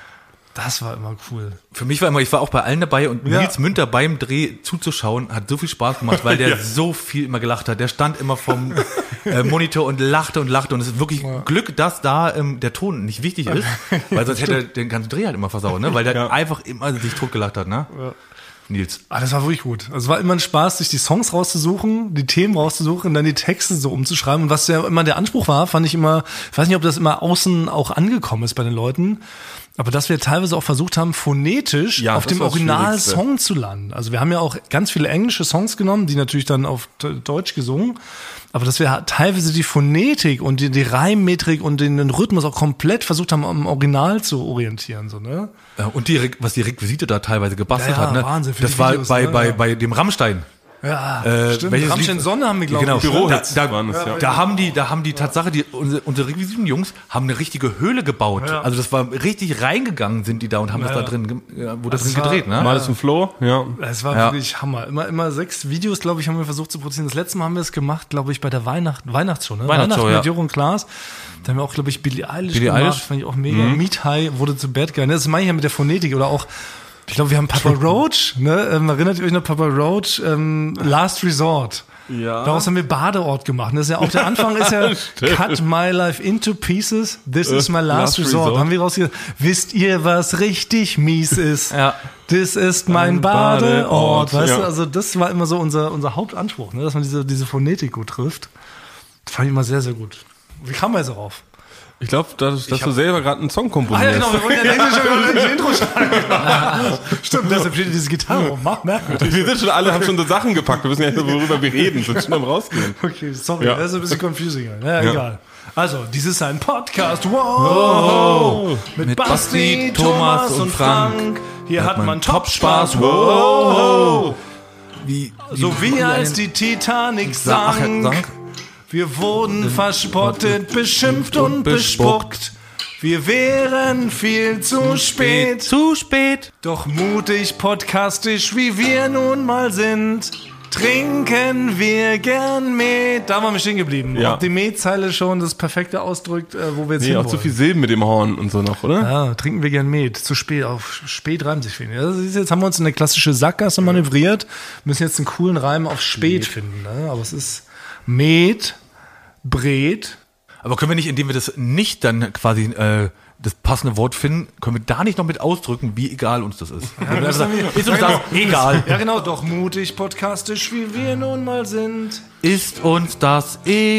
Das war immer cool.
Für mich war immer, ich war auch bei allen dabei und
Ja.
Nils Münter beim Dreh zuzuschauen hat so viel Spaß gemacht, weil der so viel immer gelacht hat. Der stand immer vom äh, Monitor und lachte und lachte und es ist wirklich Glück, dass da ähm, der Ton nicht wichtig ist, weil sonst hätte er den ganzen Dreh halt immer versaut, ne? Weil der
Ja.
einfach immer sich totgelacht hat, ne?
Ja.
Nils.
Ah, das war wirklich gut. Also es war immer ein Spaß, sich die Songs rauszusuchen, die Themen rauszusuchen und dann die Texte so umzuschreiben. Und was ja immer der Anspruch war, fand ich immer, ich weiß nicht, ob das immer außen auch angekommen ist bei den Leuten, aber dass wir teilweise auch versucht haben, phonetisch
Ja,
auf
das
dem
war das
Original-Song zu landen. Also wir haben ja auch ganz viele englische Songs genommen, die natürlich dann auf D- Deutsch gesungen, aber dass wir teilweise die Phonetik und die, die Reimmetrik und den, den Rhythmus auch komplett versucht haben, am Original zu orientieren, so, ne?
Ja, und die, Re- was die Requisite da teilweise gebastelt
Ja, ja,
hat, ne?
Wahnsinn, für
das
die
war
Videos,
bei,
ne?
bei,
Ja.
bei dem Rammstein.
Ja,
Äh,
stimmt.
welches
Rammstein
Lied-
Sonne haben wir, glaube
Genau.
ich.
Büro-
ne?
Hits
da,
waren es, ja.
da haben die, da haben die Tatsache, die, unsere, unsere Requisiten-Jungs haben eine richtige Höhle gebaut.
Ja.
Also das war richtig reingegangen sind die da und haben
Ja,
das da
ja.
drin, ge- ja, wurde das
Also
drin
es war-
gedreht, ne?
Mal das ein Flo, ja.
Es war
Ja.
wirklich Hammer. Immer, immer sechs Videos, glaube ich, haben wir versucht zu produzieren. Das letzte Mal haben wir es gemacht, glaube ich, bei der Weihnacht, Weihnachtsshow, ne?
Weihnachtsshow,
Weihnachten
ja.
mit Jürgen Klaas. Da haben wir auch, glaube ich, Billie Eilish
Billie
gemacht.
Eilish.
Fand ich auch mega. Meat High wurde zu Bad Guy. Ne? Das meine ich ja mit der Phonetik. Oder auch, ich glaube, wir haben Papa Roach, ne? Ähm, erinnert ihr euch noch Papa Roach? Ähm, Last Resort.
Ja.
Daraus haben wir Badeort gemacht. Das ist ja auch der Anfang ist ja Cut my life into pieces. This is my last,
Last
resort.
resort.
Haben wir rausgehört. Wisst ihr, was richtig mies ist?
Ja.
Das ist mein
Ein
Badeort.
Badeort,
Weißt
ja.
du, also das war immer so unser, unser Hauptanspruch, ne? Dass man diese, diese Phonetik gut trifft. Das fand ich immer sehr, sehr gut. Wie kam man jetzt darauf?
Ich glaube, dass, dass du selber gerade einen Song komponierst.
wir wollen ja Englisch ein Intro schreiben. Stimmt, deshalb steht diese Gitarre rum. Mach merkwürdig.
Wir sind schon alle, haben schon so Sachen gepackt. Wir wissen ja nicht, worüber wir reden. Sind schon am rausgehen.
Okay, sorry,
Ja.
das ist ein bisschen confusing. Ja,
Ja.
egal. Also, dies ist ein Podcast, wow, mit,
Mit
Basti,
Basti,
Thomas und Frank. Hier hat man Top-Spaß, wow.
Wie,
So wie als die Titanic
Ach,
sank.
sank.
Wir wurden verspottet, beschimpft und bespuckt. Wir wären viel zu spät.
Zu spät.
Doch mutig, podcastisch, wie wir nun mal sind, trinken wir gern Met. Da waren wir stehen geblieben.
Ja.
Ob die Metzeile schon das Perfekte ausdrückt, äh, wo wir jetzt
Nee,
hinwollen.
auch zu viel Silben mit dem Horn und so noch, oder?
Ja, trinken wir gern Met. Zu spät, auf spät reimt sich viel. Das ist, jetzt haben wir uns in eine klassische Sackgasse manövriert, müssen jetzt einen coolen Reim auf spät finden. Ne? Aber es ist Met, Bret.
Aber können wir nicht, indem wir das nicht dann quasi äh, das passende Wort finden, können wir da nicht noch mit ausdrücken, wie egal uns das ist? Ja,
müssen
sagen,
wir-
ist uns
ja,
das
genau.
egal?
Ja genau, doch mutig, podcastisch, wie wir nun mal sind.
Ist uns das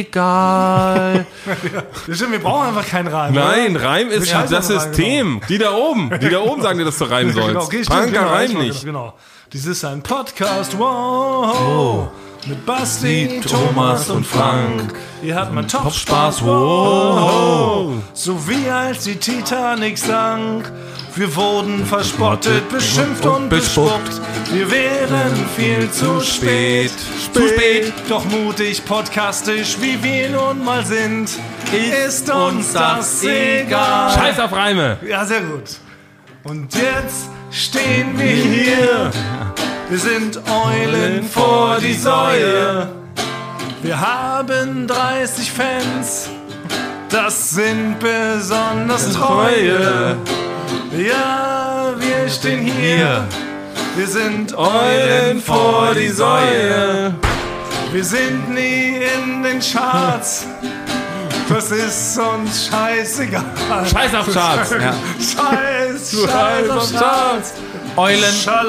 egal?
Ja, stimmt, wir brauchen einfach keinen Reim.
Nein,
oder?
Reim ist
Wir scheißen
das
auf Reim,
System. Die da oben. Die da oben sagen dir, dass du reimen sollst.
Genau, okay, stimmt,
Punker
genau,
reim
genau,
nicht.
Genau. Dies ist ein Podcast, wow, mit Basti,
Die
Thomas und Frank. Hier hat man Top-Spaß,
Top-Spaß,
wow. So wie als die Titanic sank. Wir wurden verspottet, beschimpft und bespuckt. Wir wären viel zu spät. Zu spät, doch mutig, podcastisch, wie wir nun mal sind. Ist uns das egal.
Scheiß auf Reime.
Ja, sehr gut. Und jetzt stehen wir hier. Wir sind Eulen vor die Säue. Wir haben dreißig Fans. Das sind besonders treue. Ja, wir stehen hier.
Hier.
Wir sind Eulen vor die Säue. Wir sind nie in den Charts. Das ist uns scheißegal.
Scheiß auf Charts.
Ja.
Scheiß, scheiß auf Charts.
Eulen,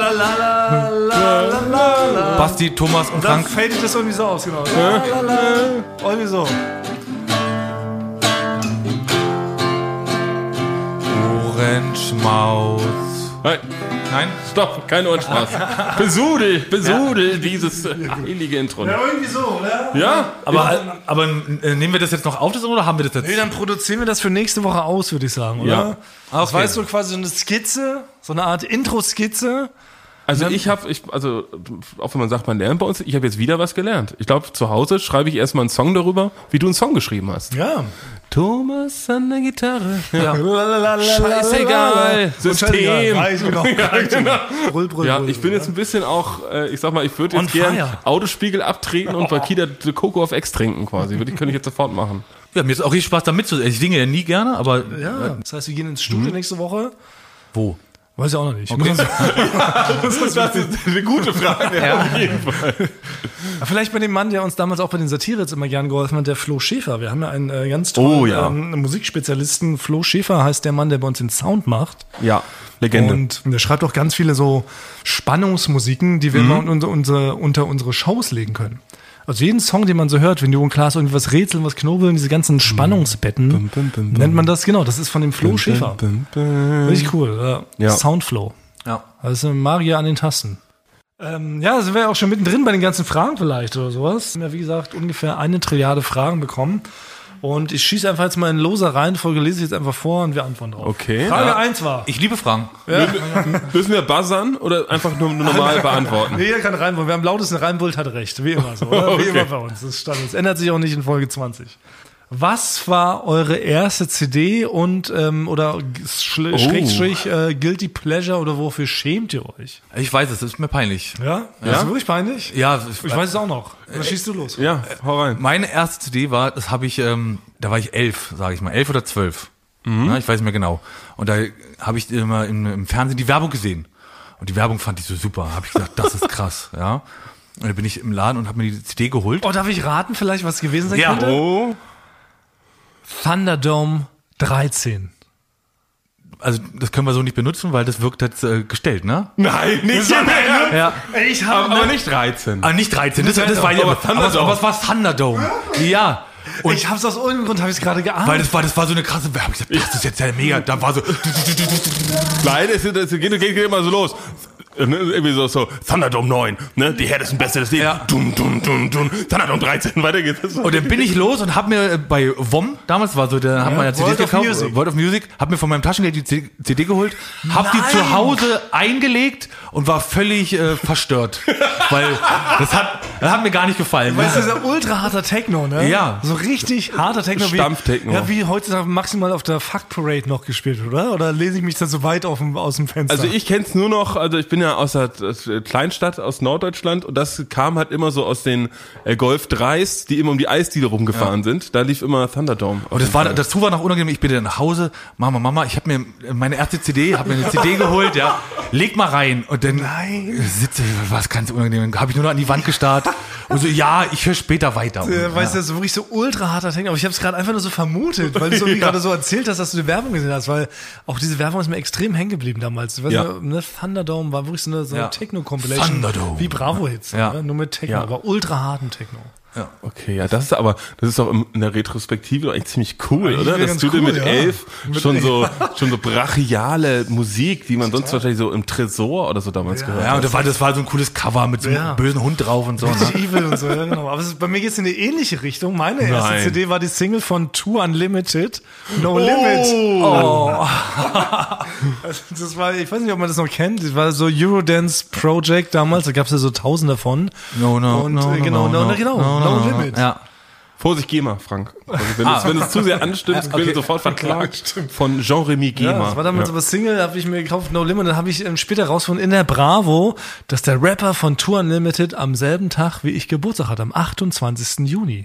Schalalala.
Basti, Thomas und
Dann
Frank.
fadet das irgendwie so aus, genau. Lalala. Irgendwie so.
Ohrenschmaus.
Nein,
Nein?
stopp, kein Ohrenschmaus. Besudel, besudel dieses heilige Intro.
Ja, irgendwie so, oder?
Ja?
Aber, aber äh, nehmen wir das jetzt noch auf, das oder haben wir das jetzt?
Nee, dann produzieren wir das für nächste Woche aus, würde ich sagen, oder?
Ja.
Das
Okay.
war jetzt so quasi so eine Skizze, so eine Art Intro-Skizze.
Also ich habe, ich, also auch wenn man sagt, man lernt bei uns, ich habe jetzt wieder was gelernt. Ich glaube, zu Hause schreibe ich erstmal einen Song darüber, wie du einen Song geschrieben hast.
Ja.
Thomas an der Gitarre.
Ja.
Scheißegal. System.
Reich, genau.
Ja, genau.
Brüll, brüll,
Ja,
brüll,
ich bin
ja.
jetzt ein bisschen auch, äh, ich sag mal, ich würde
On
jetzt gern
fire.
Autospiegel abtreten und bei Kida Coco auf X trinken quasi. Würde ich, könnte ich jetzt sofort machen.
Ja, mir ist auch richtig Spaß damit zu. Ich singe ja nie gerne, aber
Ja, das heißt, wir gehen ins Studio nächste Woche.
wo?
Weiß ich auch noch nicht.
Das ist eine gute Frage. Ja. Auf jeden Fall.
Vielleicht bei dem Mann, der uns damals auch bei den Satire jetzt immer gern geholfen hat, der Flo Schäfer. Wir haben ja einen äh, ganz tollen
Oh, ja.
ähm, Musikspezialisten. Flo Schäfer heißt der Mann, der bei uns den Sound macht.
Ja, Legende.
Und der schreibt auch ganz viele so Spannungsmusiken, die wir
Mhm.
immer unter unsere, unter unsere Shows legen können. Also jeden Song, den man so hört, wenn du und Klaas irgendwas rätseln, was knobeln, diese ganzen Spannungsbetten,
Bum, bum, bum, bum.
nennt man das, genau, das ist von dem Flo Schäfer.
Bum, bum.
Richtig cool. Ja.
Ja.
Soundflow.
Ja.
Das ist ein Magier an den Tasten. Ähm, ja, sind wir auch schon mittendrin bei den ganzen Fragen vielleicht oder sowas. Wir haben ja, wie gesagt, ungefähr eine Trilliarde Fragen bekommen. Und ich schieße einfach jetzt mal in loser Reihenfolge, lese ich jetzt einfach vor und wir antworten drauf.
Okay.
Frage
Ja.
eins war.
Ich liebe Fragen.
Müssen wir buzzern oder einfach nur normal beantworten?
Nee, kann Reinbold. Wer am lautesten Reinbold hat recht. Wie immer so. Oder? Wie
Okay.
immer bei uns. Das stand. Das ändert sich auch nicht in Folge zwanzig. Was war eure erste C D und ähm, oder Schl
Oh.
Schrägstrich äh, Guilty Pleasure oder wofür schämt ihr euch?
Ich weiß es, das ist mir peinlich.
Ja? Das ist wirklich peinlich?
Ja,
Ich weiß es auch noch. Dann schießt du los.
Ja, hau rein.
meine erste C D war, das habe ich, ähm, da war ich elf, sage ich mal, elf oder zwölf. Ja, ich weiß nicht mehr genau. Und da habe ich immer im, im Fernsehen die Werbung gesehen. Und die Werbung fand ich so super. Habe ich gedacht, das ist krass. Ja. Und dann bin ich im Laden und habe mir die C D geholt.
Oh, darf ich raten vielleicht, was es gewesen sein
Ja.
könnte?
Oh.
Thunderdome dreizehn.
Also das können wir so nicht benutzen, weil das wirkt jetzt äh, gestellt, ne?
Nein, nicht
Ja.
Ich
aber,
habe
aber nicht dreizehn.
Ah, nicht dreizehn, das, das war ja,
Aber
aber, aber,
Thunderdome.
aber es war Thunderdome. Ja. Und
ich hab's aus irgendeinem Grund, habe ich es gerade geahnt.
weil das war, das war so eine krasse Werbung. Ich dachte, das ist jetzt ja mega. Da war so,
Nein, es, es geht, geht, geht immer so los. Ne, irgendwie so, so, Thunderdome neun, ne, die härtesten Beste des Lebens.
Ja.
Dum, dum, dum, dum. Thunderdome dreizehn, weiter geht's.
und dann bin ich los und hab mir bei W O M, damals war so, da hat man ja C Ds
World of
gekauft,
Music.
World of Music, hab mir von meinem Taschengeld die C D geholt, hab die
Nein.
zu Hause eingelegt und war völlig äh, verstört. Weil das hat, das hat mir gar nicht gefallen.
Weißt du, dieser ultra harter Techno, ne?
Ja.
So richtig harter Techno. wie-
Stampftechno.
Ja, wie heutzutage maximal auf der Fuck Parade noch gespielt wird, oder? Oder lese ich mich da so weit auf dem, aus dem Fenster?
Also ich kenn's nur noch, also ich bin ja aus der aus der Kleinstadt, aus Norddeutschland und das kam halt immer so aus den äh, Golf dreis, die immer um die Eisdiele rumgefahren sind. Da lief immer Thunderdome.
Und das war, dazu war noch unangenehm, ich bin dann nach Hause, Mama, Mama, ich habe mir meine erste C D, habe mir eine C D geholt, ja, leg mal rein. Und dann sitze ich, was ganz unangenehm, habe ich nur noch an die Wand gestarrt und so, ja, ich höre später weiter. Und,
Äh, weißt du,
ja.
das ist wirklich so ultra harter Techno. Aber ich habe es gerade einfach nur so vermutet, weil du so wie gerade so erzählt hast, dass du die Werbung gesehen hast, weil auch diese Werbung ist mir extrem hängen geblieben damals. Weißt
Ja.
du, ne, Thunderdome war wirklich so eine, so eine
Ja.
Techno-Compilation.
Thunderdome.
Wie Bravo-Hits.
Ja.
Ne? Nur mit Techno,
Ja.
aber ultra harten Techno.
Okay, ja, das ist aber, das ist auch im- in der Retrospektive eigentlich ziemlich cool,
Eigentlich
oder?
wieder
Dass
ganz
du dir
cool,
mit
ja.
elf
Mit
schon
elf.
so, schon so brachiale Musik, die man sonst wahrscheinlich so im Tresor oder so damals gehört
Ja,
hat.
und das war, das war so ein cooles Cover mit so einem
Ja.
bösen Hund drauf und so. Ne?
Richtig evil und so, ja genau. Aber es ist, bei mir geht es in eine ähnliche Richtung. Meine erste
Nein.
C D war die Single von Two Unlimited, No Limit. Oh. Also das war, ich weiß nicht, ob man das noch kennt. Das war so Eurodance Project damals, da gab es ja so tausend davon.
No, no,
Und,
no,
äh,
no,
genau,
no,
no,
no,
genau,
no,
no
no, no.
Limit.
Ja.
Vorsicht, GEMA, Frank. Also wenn, es, wenn es zu sehr anstimmt,
okay.
wird es sofort verklagt von Jean-Remy
Ja,
GEMA.
das war damals
Ja.
aber Single, habe ich mir gekauft, No Limit. Dann habe ich ähm, später rausgefunden in der Bravo, dass der Rapper von Two Unlimited am selben Tag wie ich Geburtstag hat, am achtundzwanzigsten Juni.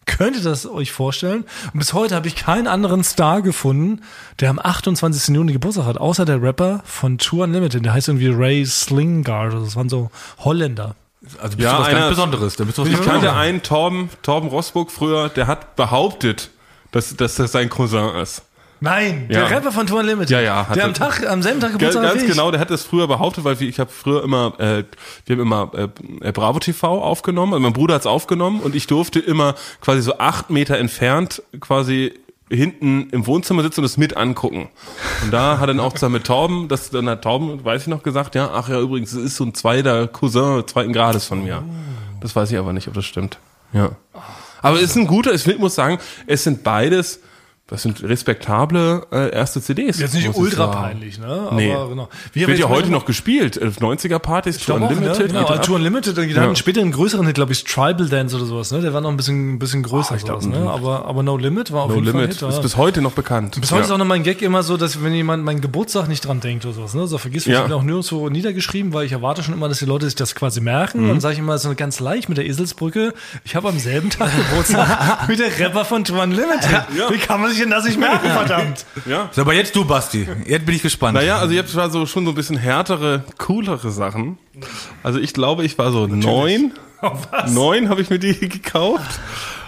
Könnt ihr das euch vorstellen? Und bis heute habe ich keinen anderen Star gefunden, der am achtundzwanzigsten Juni Geburtstag hat, außer der Rapper von Two Unlimited. Der heißt irgendwie Ray Slingard. Das waren so Holländer.
Also bist
Ja,
du was
einer-
ganz Besonderes. Da bist du was
Ich
ganz
kannte
Besonderes.
einen, Torben, Torben Rosburg früher, der hat behauptet, dass, dass das sein Cousin ist.
Nein,
Ja.
der Rapper von Two Unlimited.
Ja, ja, hat
Der
er-
am Tag, am selben Tag
Ganz,
Geburtstag hat
ganz
wie ich.
genau, der hat das früher behauptet, weil wir- ich habe früher immer, äh, wir haben immer äh, Bravo T V aufgenommen, also mein Bruder hat's aufgenommen und ich durfte immer quasi so acht Meter entfernt quasi hinten im Wohnzimmer sitzen und das mit angucken. Und da hat dann auch zusammen mit Torben, das, dann hat Torben, weiß ich noch, gesagt, ja, ach ja, übrigens, das ist so ein zweiter Cousin zweiten Grades von mir. Das weiß ich aber nicht, ob das stimmt. Ja. Aber es ist ein guter, ich muss sagen, es sind beides, das sind respektable äh, erste C Ds.
Jetzt nicht
muss ich
ultra
sagen.
peinlich, ne? Aber
Nee.
genau. Wie
Wird ja heute noch gespielt. neunziger-Partys,
Ich
Tour
glaube auch, ne?
Unlimited.
Genau,
geht ab.
Tour Unlimited, die hatten später einen größeren Hit, glaube ich, Tribal Dance oder sowas, ne? Der war noch ein bisschen, ein bisschen größer,
ich glaub,
sowas, ne? Aber, aber No Limit war auf
No
jeden
Limit
Fall ein
ist
Hit, ja.
bis heute noch bekannt.
Bis heute ist
ja.
auch noch mein Gag immer so, dass wenn jemand meinen Geburtstag nicht dran denkt oder sowas, ne? So vergisst,
Ja.
ich bin auch nirgendwo niedergeschrieben, weil ich erwarte schon immer, dass die Leute sich das quasi merken.
Mhm.
Dann sage ich immer so ganz leicht mit der Eselsbrücke, ich habe am selben Tag Geburtstag wie der Rapper von Tour Unlimited.
Ja.
Wie kann man sich denn das nicht merken, verdammt?
Ja.
So, aber jetzt du, Basti. Jetzt bin ich gespannt.
Naja, also jetzt war so schon so ein bisschen härtere, coolere Sachen. Also ich glaube, ich war so neun. Neun habe ich mir die gekauft.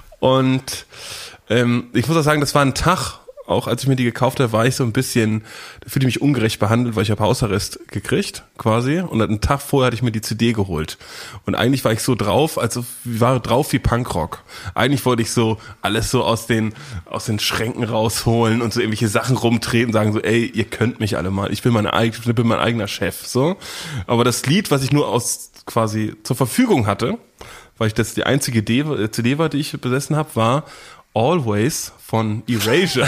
Und ähm, ich muss auch sagen, das war ein Tag, auch als ich mir die gekauft habe, war ich so ein bisschen, da fühlte ich mich ungerecht behandelt, weil ich habe Hausarrest gekriegt, quasi. Und einen Tag vorher hatte ich mir die C D geholt. Und eigentlich war ich so drauf, also war drauf wie Punkrock. Eigentlich wollte ich so alles so aus den, aus den Schränken rausholen und so irgendwelche Sachen rumtreten, sagen so, ey, ihr könnt mich alle mal, ich bin meine eigene, ich bin mein eigener Chef, so. Aber das Lied, was ich nur aus, quasi zur Verfügung hatte, weil ich das die einzige D- C D war, die ich besessen habe, war Always von Erasure.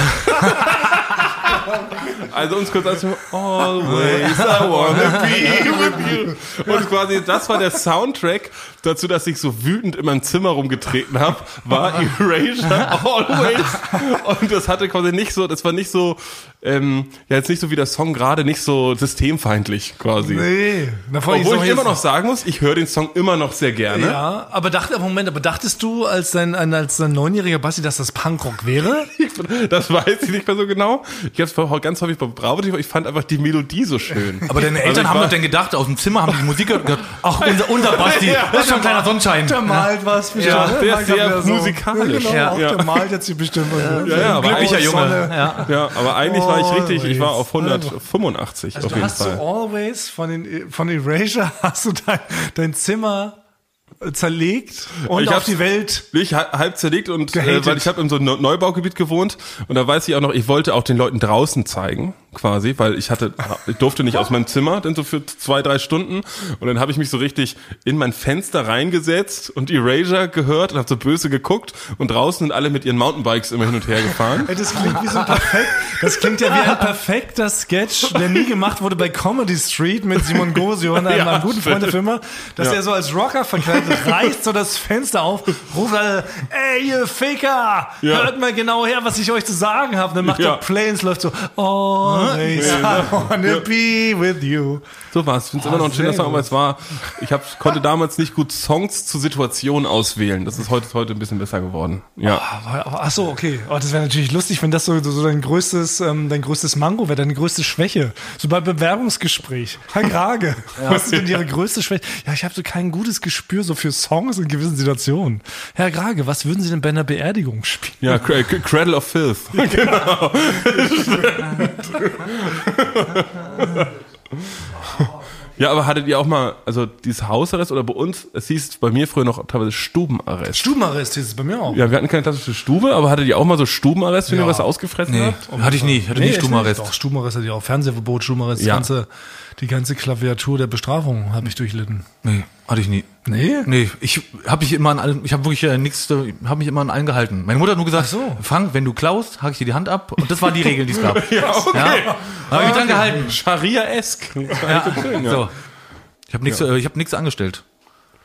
Also uns kurz als Always I wanna be with you. Und quasi das war der Soundtrack dazu, dass ich so wütend in meinem Zimmer rumgetreten habe, war Erasure Always. Und das hatte quasi nicht so, das war nicht so, ähm, ja jetzt nicht so wie der Song gerade, nicht so systemfeindlich quasi.
Nee. Na, vor allem
Obwohl
ist
ich
doch
immer
jetzt-
noch sagen muss, ich höre den Song immer noch sehr gerne.
Ja, aber dachte, Moment, aber dachtest du als dein, als dein neunjähriger Basti, dass das Punkrock wäre?
Das weiß ich nicht mehr so genau. Ich habe es ganz häufig bei Bravo T V, ich fand einfach die Melodie so schön.
Aber deine
Also
Eltern
ich
haben
war-
doch dann gedacht, aus dem Zimmer haben die Musik gehört, und gedacht, ach, unser, unser Basti, das ist schon ein kleiner Sonnenschein.
Der malt was bestimmt.
Ja,
ne?
der ist
Mag
sehr
ja so.
musikalisch.
Ja, genau,
Ja.
auch
Ja.
der malt jetzt hier bestimmt. Ja,
Ja, ja, aber
Glücklicher
eigentlich-
Junge. Ja.
Ja, aber eigentlich war ich richtig, ich war
Always.
auf hundertfünfundachtzig auf
Du
jeden
hast
Fall.
so Always von, den, von Erasure hast du dein, dein Zimmer zerlegt und
Ich
auf
hab's-
die Welt.
Ich ha- halb zerlegt und äh,
Gehatet.
weil ich habe in so einem Neu- Neubaugebiet gewohnt und da weiß ich auch noch, ich wollte auch den Leuten draußen zeigen, quasi, weil ich hatte, ich durfte nicht aus meinem Zimmer, denn so für zwei, drei Stunden und dann habe ich mich so richtig in mein Fenster reingesetzt und Erasure gehört und habe so böse geguckt und draußen sind alle mit ihren Mountainbikes immer hin und her gefahren.
Ey, das klingt wie so ein perfekt, das klingt ja wie ein perfekter Sketch, der nie gemacht wurde bei Comedy Street mit Simon Gosio und einem,
Ja,
einem guten Freund der Firma, dass
Ja.
er so als Rocker verkleidet reißt so das Fenster auf, ruft alle, ey, ihr Faker,
Ja.
hört mal genau her, was ich euch zu sagen habe. Dann macht
Ja.
er Play und es läuft so, always I wanna be with you.
So war es. Ich finde es immer noch ein
Ah,
schöner
sehr
Song, aber
gut.
es war, ich hab, konnte damals nicht gut Songs zu Situationen auswählen. Das ist heute, heute ein bisschen besser geworden. Ja.
Aber- Ach so, okay. Oh, das wäre natürlich lustig, wenn das so, so dein größtes, ähm, dein größtes Mango wäre, deine größte Schwäche. So bei Bewerbungsgespräch. Herr Grage, was ist denn Ihre größte Schwäche? Ja, ich habe so kein gutes Gespür so für Songs in gewissen Situationen. Herr Grage, was würden Sie denn bei einer Beerdigung spielen?
Ja, Cr- Cr- Cradle of Filth. Genau. Ja, aber hattet ihr auch mal, also dieses Hausarrest oder bei uns, es hieß bei mir früher noch teilweise Stubenarrest.
Stubenarrest hieß es bei mir auch.
Ja, wir hatten keine klassische Stube, aber hattet ihr auch mal so Stubenarrest, wenn
Ja.
ihr was ausgefressen
Nee,
habt?
hatte ich nie, hatte nie
echt
Stubenarrest.
nicht. Doch, Stubenarrest hatte ich auch. Fernsehverbot, Stubenarrest,
Ja.
die, ganze, die ganze Klaviatur der Bestrafung habe ich durchlitten.
Nee, hatte ich nie.
Nee?
Nee, ich habe mich immer an allem, ich habe wirklich äh, nichts, habe mich immer an allen gehalten. Meine Mutter hat nur gesagt,
Ach so.
Frank, wenn du klaust, hake ich dir die Hand ab. Und das waren die Regeln, die es gab.
Ja, okay.
Ja, habe ich mich dran gehalten.
Scharia-esk.
Ja. So. Ich habe nichts, äh, ich habe nichts angestellt.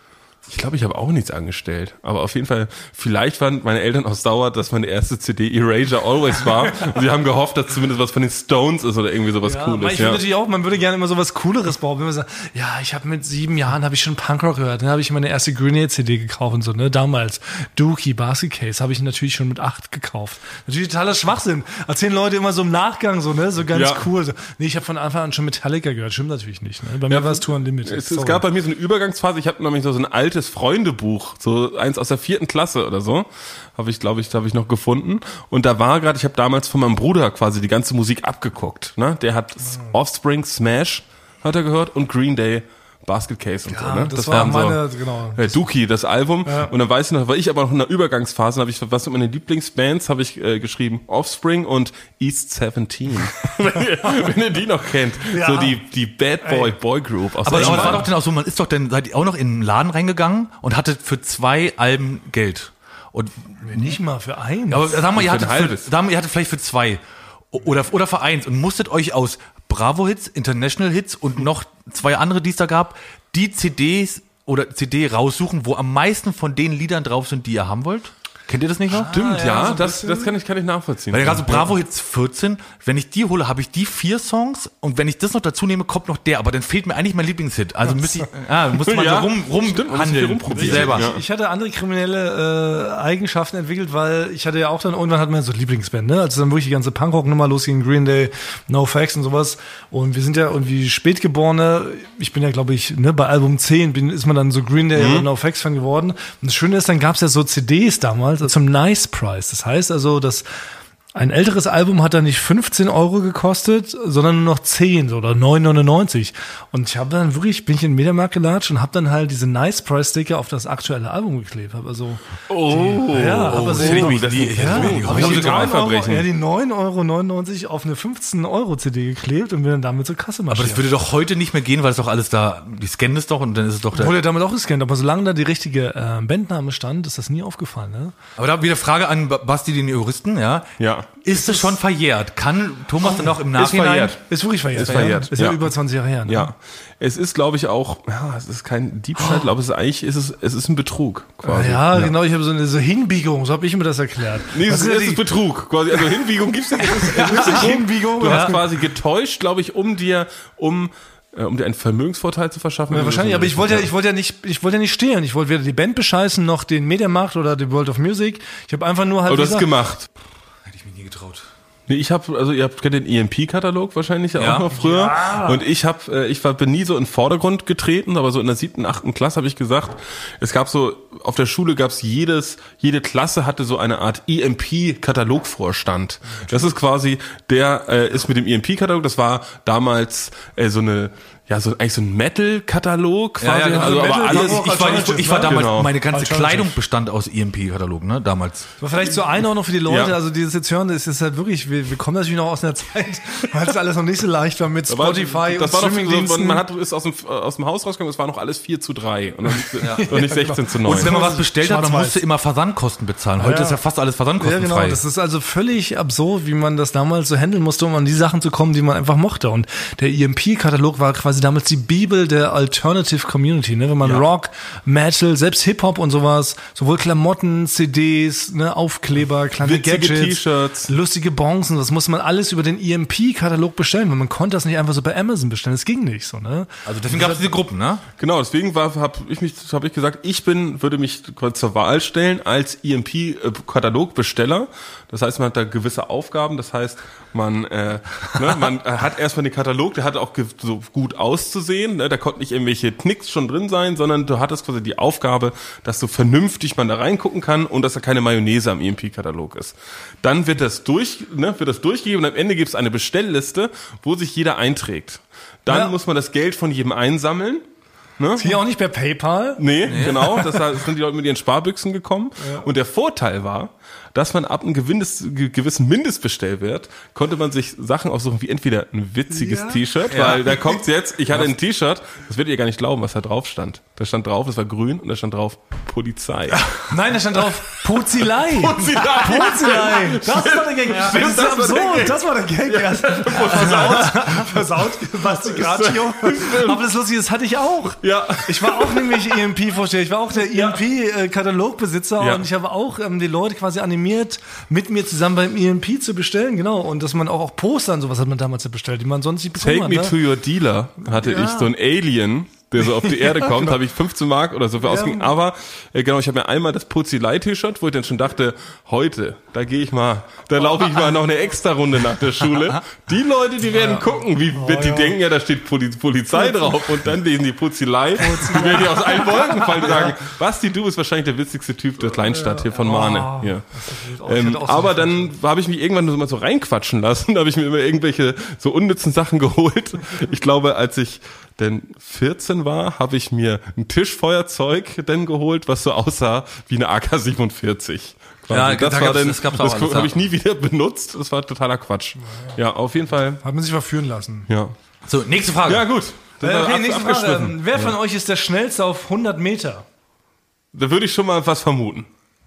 Ich glaube, ich habe auch nichts angestellt. Aber auf jeden Fall, vielleicht waren meine Eltern aus Dauer, dass meine erste C D Erasure Always war. Und sie haben gehofft, dass zumindest was von den Stones ist oder irgendwie sowas
Ja,
Cooles.
ich
Ja.
finde natürlich auch, man würde gerne immer sowas Cooleres bauen. Wenn man sagt, ja, ich habe mit sieben Jahren habe ich schon Punkrock gehört. Dann habe ich meine erste Grenade-C D gekauft und so, ne? Damals. Dookie, Basket Case habe ich natürlich schon mit acht gekauft. Natürlich totaler Schwachsinn. Erzählen Leute immer so im Nachgang so, ne? So ganz
Ja.
cool. So, nee, ich habe von Anfang an schon Metallica gehört. Stimmt natürlich nicht, ne? Bei mir war es Tour Unlimited.
Es, es gab bei mir so eine Übergangsphase. Ich habe nämlich so ein altes Freundebuch, so eins aus der vierten Klasse oder so, habe ich, glaube ich, habe ich noch gefunden. Und da war gerade, ich habe damals von meinem Bruder quasi die ganze Musik abgeguckt. Ne? Der hat Offspring, Smash hat er gehört und Green Day, Basket Case und
Ja,
so. Ne?
das war
waren
meine-
so,
genau.
Äh, Dookie, das Album.
Ja.
Und dann weiß ich noch, war ich aber noch in der Übergangsphase, habe ich was mit meinen Lieblingsbands habe ich äh, geschrieben, Offspring und East siebzehn. wenn, ihr, wenn ihr die noch kennt,
Ja.
so die die Bad Boy Boy Group aus
Aber es
England.
war doch dann auch so, man ist doch dann, seid ihr auch noch in den Laden reingegangen und hattet für zwei Alben Geld. Und,
Nicht mal für einen.
aber sagen wir, ihr
Für ein
hattet, für,
halbes.
sagen wir, ihr hattet vielleicht für zwei oder, oder für eins und musstet euch aus Bravo-Hits, International-Hits und noch zwei andere, die es da gab, die C Ds oder C D raussuchen, wo am meisten von den Liedern drauf sind, die ihr haben wollt? Kennt ihr das nicht noch?
Stimmt,
ja,
ja,
so ein
das,
bisschen.
das kann ich, kann ich nachvollziehen.
Weil gerade so Bravo Hits vierzehn, wenn ich die hole, habe ich die vier Songs und wenn ich das noch dazu nehme, kommt noch der, aber dann fehlt mir eigentlich mein Lieblingshit. Also müsste ich, ah, muss man
Ja,
so rum, rum
stimmt, man muss viel
handeln
rumprobieren.
selber.
Ja.
Ich hatte andere kriminelle äh, Eigenschaften entwickelt, weil ich hatte ja auch dann, irgendwann hatten wir so Lieblingsband, ne? Also dann wirklich die ganze Punkrock-Nummer losging, Green Day, NoFX und sowas. Und wir sind ja irgendwie Spätgeborene. Ich bin ja, glaube ich, ne, bei Album zehn bin, ist man dann so Green Day oder NoFX-Fan geworden. Und das Schöne ist, dann gab es ja so C Ds damals zum Nice Price. Das heißt also, dass ein älteres Album hat dann nicht fünfzehn Euro gekostet, sondern nur noch zehn oder neun neunundneunzig. Und ich habe dann wirklich, bin ich in den Mediamarkt gelatscht und habe dann halt diese Nice Price Sticker auf das aktuelle Album geklebt. Hab also
Oh,
die, ja, aber
das
so,
finde ich mich
das-
nie.
ja,
Ja,
hab
hab
ich
ich
habe
so
ich die neun Euro,
Generalverbrechen.
ja, die neun Euro neunundneunzig auf eine fünfzehn Euro C D geklebt und bin dann damit zur Kasse
Aber
marschiert.
das würde doch heute nicht mehr gehen, weil es doch alles da, die scannen es doch und dann ist es doch da.
Wurde ja damit auch gescannt, aber solange da die richtige äh, Bandname stand, ist das nie aufgefallen. Ne?
Aber da wieder Frage an Ba- Basti, den Juristen, ja.
Ja.
Ist es schon verjährt? Kann Thomas dann auch im
Ist
Nachhinein?
verjährt.
Ist wirklich verjährt.
Ist verjährt,
Ist ja,
ja.
über zwanzig Jahre her. Ne?
Ja, es ist, glaube ich, auch, ja, es ist kein Diebstahl, ich glaube, es ist eigentlich, es ist, es ist ein Betrug, quasi.
Ja, genau, ich habe so eine so Hinbiegung, so habe ich mir das erklärt.
Nee,
Das
es
sind
ist,
ja
es ist
die-
Betrug, quasi, also Hinbiegung gibt's nicht, es ist, es ist Betrug.
Hinbiegung,
Du
ja.
hast quasi getäuscht, glaube ich, um dir, um, äh, um dir einen Vermögensvorteil zu verschaffen.
Ja, wahrscheinlich, aber ich wollte ja, ich wollte ja nicht, ich wollte ja nicht stehlen. Ich wollte weder die Band bescheißen, noch den Mediamarkt oder die World of Music. Ich habe einfach nur halt.
Aber du hast es
wie gesagt,
gemacht.
Hätte ich mich nie getraut.
Nee, ich habe, also ihr habt kennt den E M P-Katalog wahrscheinlich ja
Ja.
auch noch früher. Und ich habe, äh, ich war bin nie so in den Vordergrund getreten, aber so in der siebten, achten Klasse habe ich gesagt, es gab so, auf der Schule gab's jedes, jede Klasse hatte so eine Art E M P-Katalogvorstand. Das ist quasi, der äh, ist mit dem E M P-Katalog, das war damals äh, so eine, ja, so eigentlich so ein Metal-Katalog quasi.
genau,
also,
Metal,
aber alles,
auch
ich, war, ich, ich war damals,
Genau.
meine ganze
Alternative.
Kleidung bestand aus E M P-Katalogen, ne, damals.
Aber vielleicht zur Einordnung für die Leute,
Ja.
also die das jetzt hören, das ist halt wirklich, wir, wir kommen natürlich noch aus einer Zeit, weil es alles noch nicht so leicht war mit
Aber
Spotify
das
und
war doch so,
Streamingdiensten.
man hat, ist aus dem, aus dem Haus rausgekommen, es war noch alles vier zu drei und nicht, und nicht sechzehn zu neun.
Und wenn man was bestellt hat, man
Schwarz-Weiß.
musste immer Versandkosten bezahlen. Heute
Ja.
ist ja fast alles
Ja,
versandkostenfrei.
genau. Das ist also völlig absurd, wie man das damals so handeln musste, um an die Sachen zu kommen, die man einfach mochte. Und der E M P-Katalog war quasi damals die Bibel der Alternative Community. Ne? Wenn man Rock, Metal, selbst Hip-Hop und sowas, sowohl Klamotten, C Ds, ne, Aufkleber, kleine
Witzige
Gadgets,
T-Shirts.
lustige Bonzen, das muss man alles über den E M P-Katalog bestellen, weil man konnte das nicht einfach so bei Amazon bestellen. Das ging nicht so. Ne?
also deswegen gab es diese Gruppen, ne?
Genau, deswegen war, habe ich mich, habe ich gesagt, ich bin, würde mich quasi zur Wahl stellen als E M P-Katalogbesteller. Das heißt, man hat da gewisse Aufgaben. Das heißt, man, äh, ne, man hat erstmal den Katalog, der hatte auch ge- so gut auszusehen. Ne? Da konnten nicht irgendwelche Knicks schon drin sein, sondern du hattest quasi die Aufgabe, dass so vernünftig man da reingucken kann und dass da keine Mayonnaise am E M P-Katalog ist. Dann wird das durch, ne, wird das durchgegeben und am Ende gibt es eine Bestellliste, wo sich jeder einträgt. Dann
Ja.
muss man das Geld von jedem einsammeln. Ne?
Hier auch nicht per PayPal.
Nee, genau. Das heißt, es sind die Leute mit ihren Sparbüchsen gekommen. Und der Vorteil war, dass man ab einem gewissen, gewissen Mindestbestellwert konnte man sich Sachen aussuchen, wie entweder ein witziges
Ja.
T-Shirt,
Ja.
weil da kommt's jetzt, ich hatte ein T-Shirt, das werdet ihr gar nicht glauben, was da drauf stand. Da stand drauf, es war grün und da stand drauf Polizei.
Nein, da stand drauf Pozilei.
Polizei.
Pozilei. Das war der Gag. Das ist
das war der
absurd.
Gag.
Das war der Gag. Ja. Versaut. Versaut. Basti Gratio. Aber das Lustige, das hatte ich auch.
Ja.
Ich war auch nämlich E M P-Vorsteher. Ich war auch der E M P-Katalogbesitzer
Ja.
und ich habe auch ähm, die Leute quasi animiert, mit mir zusammen beim E M P zu bestellen. Genau. Und dass man auch, auch Poster und sowas hat man damals ja bestellt, die man sonst nicht bekommen
Take
hat.
me
Ne?
to your dealer hatte
Ja.
ich, so ein Alien, der so auf die Erde
Ja,
kommt,
genau.
habe ich fünfzehn Mark oder so für ausgegeben. Aber äh, genau, ich habe mir einmal das Pozilei-T-Shirt, wo ich dann schon dachte, heute, da gehe ich mal, da laufe ich mal noch eine extra Runde nach der Schule. Die Leute, die werden gucken, wie
Oh,
die
ja.
denken ja, da steht Poli Polizei drauf und dann lesen die Pozilei. Die werden die aus allen Wolken fallen und sagen, Basti, du bist wahrscheinlich der witzigste Typ der Kleinstadt hier von Mahne. Hier.
Oh, ich
Ähm,
hätte auch so
aber
eine
dann habe ich mich irgendwann so mal so reinquatschen lassen. Da habe ich mir immer irgendwelche so unnützen Sachen geholt. Ich glaube, als ich denn vierzehn war, habe ich mir ein Tischfeuerzeug denn geholt, was so aussah wie eine A K siebenundvierzig. Quasi.
Ja,
das
da
war
gab's-
dann,
das gab's auch
das
alles,
habe
ja.
ich nie wieder benutzt. Das war totaler Quatsch. Ja, auf jeden Fall.
Hat man sich verführen lassen.
Ja.
So, nächste Frage.
Ja, gut. Sind
Äh,
wir
okay,
ab-
nächste Frage.
abgeschliffen.
Ähm, Wer von euch ist der schnellste auf hundert Meter?
Da würde ich schon mal was vermuten.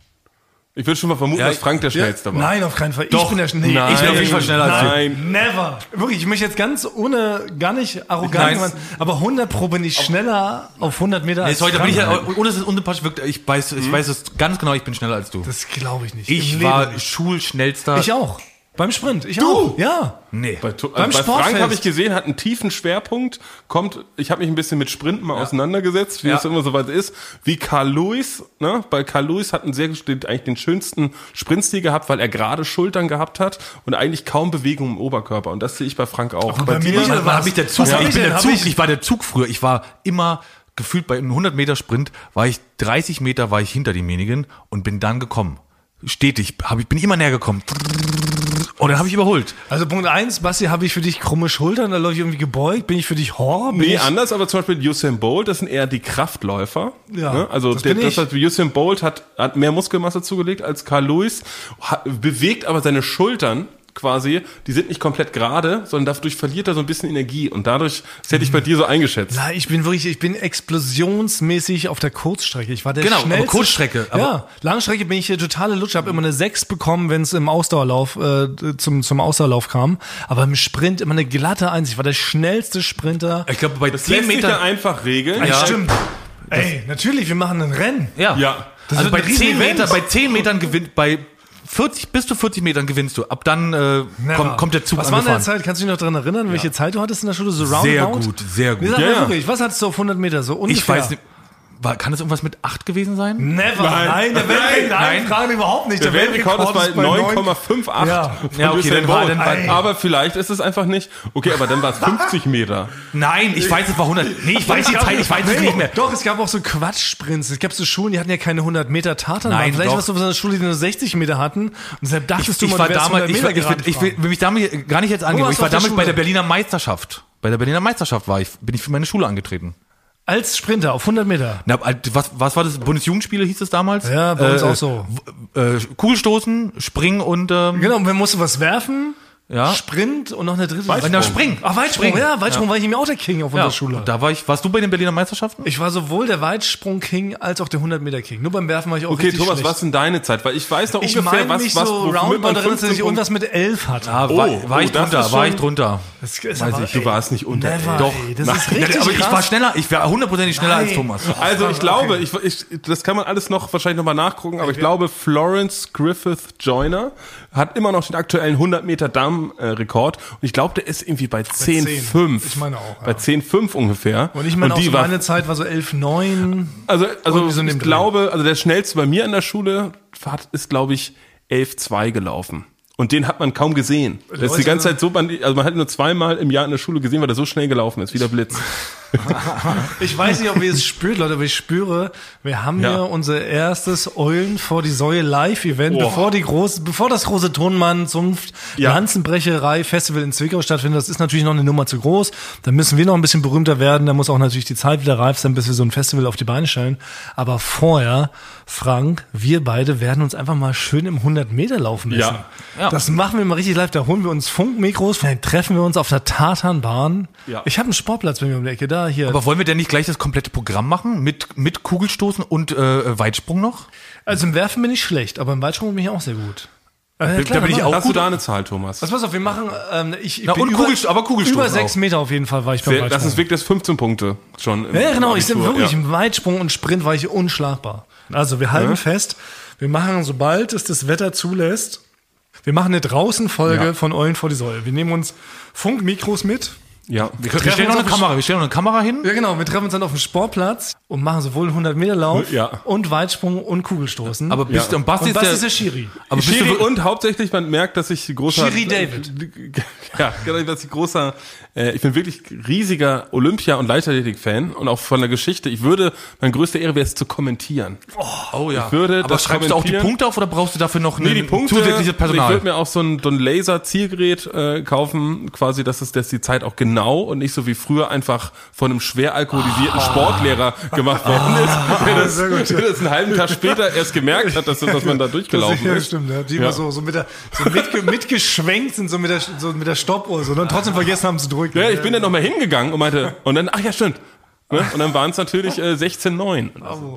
Ich würde schon mal vermuten,
Ja,
dass Frank der schnellste war.
Nein, auf keinen Fall.
Doch.
Ich bin der schnellste.
Nein.
Ich bin auf jeden Fall schneller als du.
Nein.
Never. Wirklich, ich möchte jetzt ganz ohne, gar nicht arrogant
Nein.
sein, aber hundert Pro bin ich schneller auf hundert Meter
Nee,
als
sorry, da bin ich
Frank.
ja, ohne dass es unsympathisch wirkt, ich weiß, ich weiß es ganz genau, ich bin schneller als du.
Das glaube ich nicht.
Ich
Im
war
Leben.
Schulschnellster.
Ich auch. Beim Sprint. Ich auch. Ja.
Nee.
Bei, Tu-
Beim
also bei
Sportfest.
Frank habe ich gesehen, hat einen tiefen Schwerpunkt, kommt, ich habe mich ein bisschen mit Sprinten mal auseinandergesetzt, wie
Ja.
es immer so weit ist, wie Carl Lewis, ne? Bei Carl Lewis hat einen sehr, den, eigentlich den schönsten Sprintstil gehabt, weil er gerade Schultern gehabt hat und eigentlich kaum Bewegung im Oberkörper und das sehe ich bei Frank auch.
bei
dir-
mir-
Manchmal habe ich der Zug,
Was hab
ich
ich
bin
denn?
der
Hab
Zug,
ich-
ich war der Zug früher. Ich war immer gefühlt bei einem hundert Meter Sprint, war ich dreißig Meter war ich hinter demjenigen und bin dann gekommen. Stetig, hab ich bin immer näher gekommen. Und dann habe ich überholt.
Also Punkt eins, Basti, habe ich für dich krumme Schultern, da läufe ich irgendwie gebeugt, bin ich für dich Horror? Bin
Nee,
ich,
anders, aber zum Beispiel Usain Bolt, das sind eher die Kraftläufer.
Ja,
ne? Also
das
der,
bin
das
ich.
heißt, Usain Bolt hat, hat mehr Muskelmasse zugelegt als Carl Lewis, hat, bewegt aber seine Schultern quasi, die sind nicht komplett gerade, sondern dadurch verliert er so ein bisschen Energie und dadurch, das hätte ich bei dir so eingeschätzt.
Ja, ich bin wirklich, ich bin explosionsmäßig auf der Kurzstrecke. Ich war der
Genau, aber
schnellste.
Kurzstrecke, aber-
ja, Langstrecke bin ich hier totale Lutscher. Habe immer eine sechs bekommen, wenn es im Ausdauerlauf äh, zum zum Ausdauerlauf kam. Aber im Sprint immer eine glatte eins. Ich war der schnellste Sprinter.
Ich glaube, bei
Das
zehn
lässt sich ja
Metern.
einfach regeln.
Ja, stimmt. Ey, natürlich, wir machen ein Rennen.
Ja.
Ja.
Das
Also
wird
bei
ein
zehn
Riesenevent.
Metern, bei zehn Metern gewinnt, bei vierzig, bis zu vierzig Metern gewinnst du. Ab dann äh,
Never.
kommt, kommt der Zug
Was war in der
angefahren.
Zeit? Kannst du dich noch daran erinnern, welche Zeit du hattest in der Schule? So
Sehr
roundabout?
gut, sehr gut.
Nee, sag
Ja,
mal
ja.
wirklich, was hattest du auf hundert Meter so ungefähr?
Ich weiß nicht. War, kann das irgendwas mit acht gewesen sein?
Never.
Nein.
Nein, der Weltrekord, nein,
Nein.
Fragen überhaupt nicht.
Der Weltrekord ist bei neun Komma fünf acht
Ja.
von
Ja, okay,
Usain
dann war-
Bolt.
dann war-
Aber vielleicht ist es einfach nicht. Okay, aber dann war es fünfzig Meter.
Nein, ich weiß, es war hundert. Nee, ich weiß die
gab-
Zeit, ich weiß es
Nee,
nicht mehr.
Doch, es gab auch so Quatschsprints. Es gab so Schulen, die hatten ja keine hundert Meter Tatanbahn.
Nein,
Vielleicht
doch.
warst du auf so einer Schule, die nur sechzig Meter hatten. Und deshalb dachtest du
Ich
mal,
war
du wärst
damals,
hundert
ich,
Meter
will- ich, will,
geraten
ich will, will mich damit gar nicht jetzt angehen.
warst
Ich
du
war
auf der
damals bei der
Schule?
Berliner Meisterschaft. Bei der Berliner Meisterschaft war ich, bin ich für meine Schule angetreten.
Als Sprinter auf hundert Meter.
Na, was, was war das? Bundesjugendspiele hieß es damals?
Ja, bei uns auch so.
Äh, Kugelstoßen, Springen und ähm,
Genau, und man musste was werfen.
Ja.
Sprint und noch eine dritte.
Weitsprung.
Na, Springen.
Ach, Weitsprung,
Springen.
ja, Weitsprung war ich nämlich auch der King auf
ja,
unserer Schule.
und da war ich. Warst du bei den Berliner Meisterschaften?
Ich war sowohl der Weitsprung-King als auch der hundert Meter King. Nur beim Werfen war ich auch
Okay,
richtig
Thomas,
schlecht.
was ist denn deine Zeit? Weil ich weiß noch
Ich
ungefähr,
meine
was,
mich
was,
so
womit
roundabout
man
darin, dass
fünfzehn
ich
Punkte-
irgendwas mit elf hatte.
Ah,
Oh,
war,
oh,
war ich
das
drunter,
ist
war
schon-
ich drunter.
Das ist
Weiß
aber,
ich, du warst nicht unter.
Never,
Doch.
ey, das
Nein,
ist richtig
aber ich
krass.
war schneller, ich war hundertprozentig schneller
Nein.
als Thomas.
Also ich
Okay.
glaube, ich, ich, das kann man alles noch wahrscheinlich nochmal nachgucken, aber ich glaube, Florence Griffith Joyner hat immer noch den aktuellen hundert Meter Damen-Rekord und ich glaube, der ist irgendwie bei zehn Komma fünf.
Ich meine auch, ja.
Bei zehn Komma fünf ungefähr.
Und ich meine auch
die
so
war,
meine Zeit war so elf neun.
also, also
irgendwie so in dem
ich
Dreh.
glaube, also der schnellste bei mir in der Schule hat, ist, glaube ich, elf Komma zwei gelaufen. Und den hat man kaum gesehen. Der ist die
Leute-
ganze Zeit so, man, also man hat ihn nur zweimal im Jahr in der Schule gesehen, weil er so schnell gelaufen ist, wie der Blitz.
Ich weiß nicht, ob ihr es spürt, Leute, aber ich spüre, wir haben
Ja.
hier unser erstes Eulen vor die Säue Live-Event,
Oh.
bevor die große, bevor das große Tonmann Zunft
Ja.
Lanzenbrecherei Festival in Zwickau stattfindet. Das ist natürlich noch eine Nummer zu groß. Da müssen wir noch ein bisschen berühmter werden. Da muss auch natürlich die Zeit wieder reif sein, bis wir so ein Festival auf die Beine stellen. Aber vorher, Frank, wir beide werden uns einfach mal schön im hundert Meter laufen messen.
Ja.
Ja.
Das machen wir mal richtig live. Da holen wir uns Funkmikros, vielleicht treffen wir uns auf der Tatanbahn.
Ja.
Ich habe einen Sportplatz bei mir um die Ecke, da, hier.
Aber wollen wir denn nicht gleich das komplette Programm machen? Mit, mit Kugelstoßen und äh, Weitsprung noch?
Also im Werfen bin ich schlecht, aber im Weitsprung bin ich auch sehr gut. Äh,
da bin ich
dann
auch
mach-
Hast du da eine Zahl, Thomas?
Was pass auf, wir machen, ähm, ich, ich
Na,
bin
und
über,
Kugelst- aber Kugelstoßen
über sechs
auch.
Meter auf jeden Fall war ich beim
Sehr,
Weitsprung.
das ist wirklich das fünfzehn Punkte schon. im
Ja, genau, ich bin
Abitur,
wirklich
ja.
im Weitsprung und Sprint war ich unschlagbar. Also wir halten
Ja.
fest, wir machen, sobald es das Wetter zulässt, wir machen eine Draußenfolge
Ja.
von Eulen vor die Säule. Wir nehmen uns Funkmikros mit.
Ja.
Wir, wir stellen noch eine
uns auf-
Kamera, wir stellen noch eine Kamera hin.
Ja, genau, wir treffen uns dann auf dem Sportplatz und machen sowohl hundert Meter Lauf
Ja.
und Weitsprung und Kugelstoßen.
Aber bist,
Ja.
und Basti
und
ist
was
der,
ist der Schiri?
aber bist
Schiri
du,
und hauptsächlich, man merkt, dass ich großer...
Schiri David.
Ja, genau, dass ich großer... Äh, ich bin wirklich riesiger Olympia- und Leichtathletik-Fan und auch von der Geschichte. Ich würde, meine größte Ehre wäre es zu kommentieren.
oh ja.
Ich würde
aber
das
schreibst du auch die
kommentieren.
Punkte auf oder brauchst du dafür noch
Nee, die
ein
Punkte,
zusätzliches
Ich
Personal?
würde mir auch so ein, so ein Laser-Zielgerät äh, kaufen, quasi, dass es dass die Zeit auch genau und nicht so wie früher einfach von einem schwer alkoholisierten Sportlehrer gemacht worden ist, der das,
sehr gut, ja.
der das einen halben Tag später erst gemerkt hat, dass, dass man da durchgelaufen
ja,
ist.
stimmt, ja. Die
Ja.
immer so, so, mit der, so mitge, mitgeschwenkt sind, so mit der, so mit der Stoppuhr, so, und trotzdem vergessen haben zu drücken.
Ja, ich bin dann nochmal hingegangen und meinte, und dann, ach ja, stimmt. Ne? Und dann waren es natürlich äh, sechzehn neun.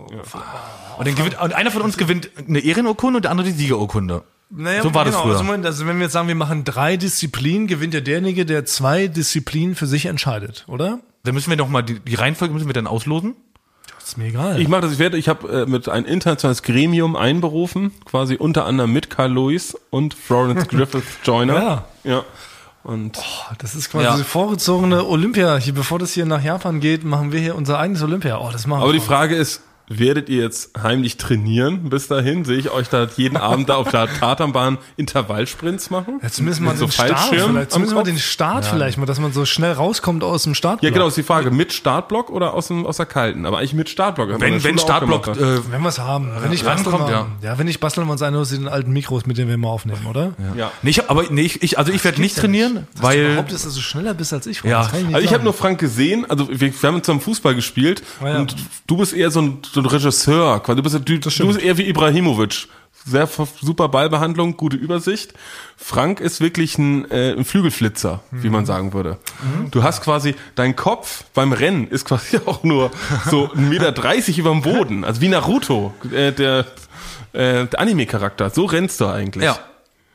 Und, dann gewinnt, und einer von uns gewinnt eine Ehrenurkunde und der andere die Siegerurkunde.
Naja,
So war das
genau,
früher.
Also, Moment, also wenn wir jetzt sagen, wir machen drei Disziplinen, gewinnt ja derjenige, der zwei Disziplinen für sich entscheidet, oder?
Dann müssen wir noch mal die, die Reihenfolge müssen wir dann auslosen.
Das ist mir egal.
Ich mache das, ich werde, ich habe äh, mit ein internationales Gremium einberufen, quasi unter anderem mit Carl Lewis und Florence Griffith Joyner.
Ja.
Ja. Und
Das ist quasi
Ja.
die vorgezogene Olympia. Hier, bevor das hier nach Japan geht, machen wir hier unser eigenes Olympia. Oh, das machen wir.
aber die Frage ist, werdet ihr jetzt heimlich trainieren bis dahin? Sehe ich euch da jeden Abend da auf der Tatanbahn Intervallsprints machen?
Jetzt müssen wir
Mit so
den Start
Fallschirmen
vielleicht,
am
müssen wir
Kopf?
den Start vielleicht mal, dass man so schnell rauskommt aus dem Start.
Ja, genau, ist die Frage. Mit Startblock oder aus, dem, aus der kalten? Aber eigentlich mit Startblock. Hat man in
Wenn,
der
wenn
Schule auch
Startblock,
gemacht.
äh,
Wenn wir es haben. Wenn ich basteln
rankommt,
wir,
ja.
ja. wenn ich basteln wir uns einen aus den alten Mikros, mit denen wir immer aufnehmen, oder?
ja.
nee, ich, aber nee, ich, ich, also ich werde nicht
gibt's ja
trainieren,
Dass du
weil
überhaupt, dass du so schneller bist als ich.
Ja.
Das kann ich nicht
Also ich habe
glauben.
nur Frank gesehen, also wir, wir haben zusammen Fußball gespielt
Ah, ja.
und du bist eher so ein, so ein Regisseur, quasi. Du bist, du, du bist eher wie Ibrahimovic. Sehr f- super Ballbehandlung, gute Übersicht. Frank ist wirklich ein, äh, ein Flügelflitzer, wie man sagen würde. Du hast quasi, dein Kopf beim Rennen ist quasi auch nur so ein Meter dreißig über dem Boden. Also wie Naruto, äh, der, äh, der Anime-Charakter. So rennst du eigentlich.
ja.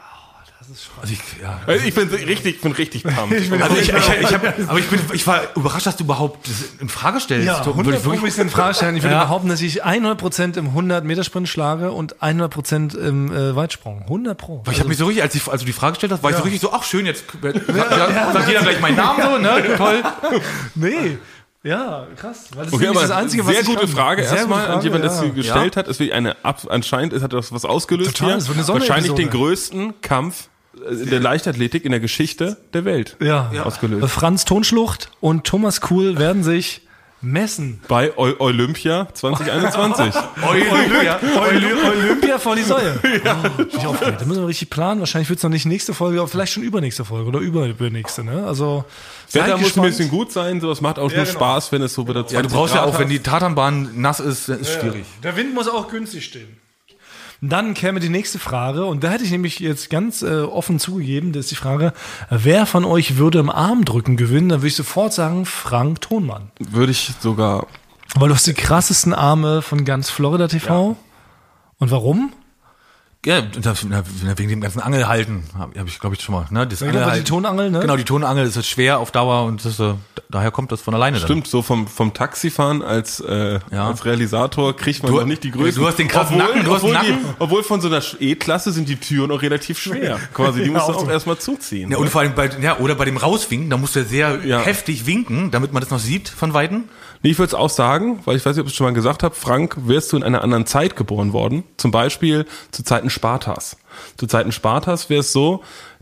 Also ich, ja.
Also ich bin richtig, bin richtig pumped.
Also ich, ich, ich, hab, aber ich bin, ich war überrascht, dass du überhaupt das in Frage stellst.
Ja,
Würde
hundert
ich wirklich-
Prozent in Frage stellen. Ich würde
Ja.
behaupten, dass ich hundert Prozent im hundert-Meter-Sprint schlage und hundert Prozent im äh, Weitsprung. hundert Pro.
Weil ich habe mich so richtig, als, ich, als du die Frage gestellt hast, war ich so richtig so, ach schön, jetzt sagt, ja, sagt jeder gleich meinen Namen so, ne? Toll.
Nee. Ja, krass. Weil das
Okay,
ist
aber
das Einzige, was
sehr
ich
gute
kann.
Frage
Sehr gute
erstmal an
Frage,
jemand, der
ja.
sie gestellt hat. Es wird eine ab, anscheinend ist, hat das was ausgelöst
Total,
hier.
es wird eine
Wahrscheinlich den
Sonderepisode.
größten Kampf äh, in der Leichtathletik in der Geschichte der Welt
Ja.
ausgelöst.
Franz Tonschlucht und Thomas Kuhl werden sich messen.
Bei Eu Olympia zwanzig einundzwanzig.
Olympia.
Oly- Olympia vor die Säule. Ja. Ich aufgeregt. Da müssen wir richtig planen. Wahrscheinlich wird es noch nicht nächste Folge, aber vielleicht schon übernächste Folge oder übernächste. Ne? Also seid
Wetter muss ein
gespannt.
bisschen gut sein, sowas macht auch nur
genau.
Spaß, wenn es so wieder
Ja, du brauchst ja auch, wenn die Tatanbahn nass ist, dann ist schwierig.
Der Wind muss auch günstig stehen. Dann käme die nächste Frage, und da hätte ich nämlich jetzt ganz äh, offen zugegeben, das ist die Frage, wer von euch würde im Armdrücken gewinnen? Dann würde ich sofort sagen, Frank Thonmann.
würde ich sogar.
Weil du hast die krassesten Arme von ganz Florida T V. Und warum?
Ja, das, na, wegen dem ganzen Angelhalten, habe hab ich, glaube ich, schon mal. Ne? Das
Ja, genau, die Tonangel, ne?
Genau, die Tonangel ist halt schwer auf Dauer und das, äh, daher kommt das von alleine.
Stimmt, so vom, vom Taxifahren als, äh,
Ja.
als Realisator kriegt man
Du-
noch nicht die Größe.
du hast den krassen Nacken, du hast
obwohl,
einen
die,
Nacken.
obwohl von so einer E-Klasse sind die Türen auch relativ schwer. Quasi, die musst du
auch
auch
so.
erstmal zuziehen.
Ja, und vor allem bei, ja, oder bei dem Rauswinken, da musst du ja sehr
Ja.
heftig winken, damit man das noch sieht von Weitem.
Nee, ich würde es auch sagen, weil ich weiß nicht, ob ich es schon mal gesagt habe, Frank, wärst du in einer anderen Zeit geboren worden. Zum Beispiel zu Zeiten Spartas. Zu Zeiten Spartas wäre es so,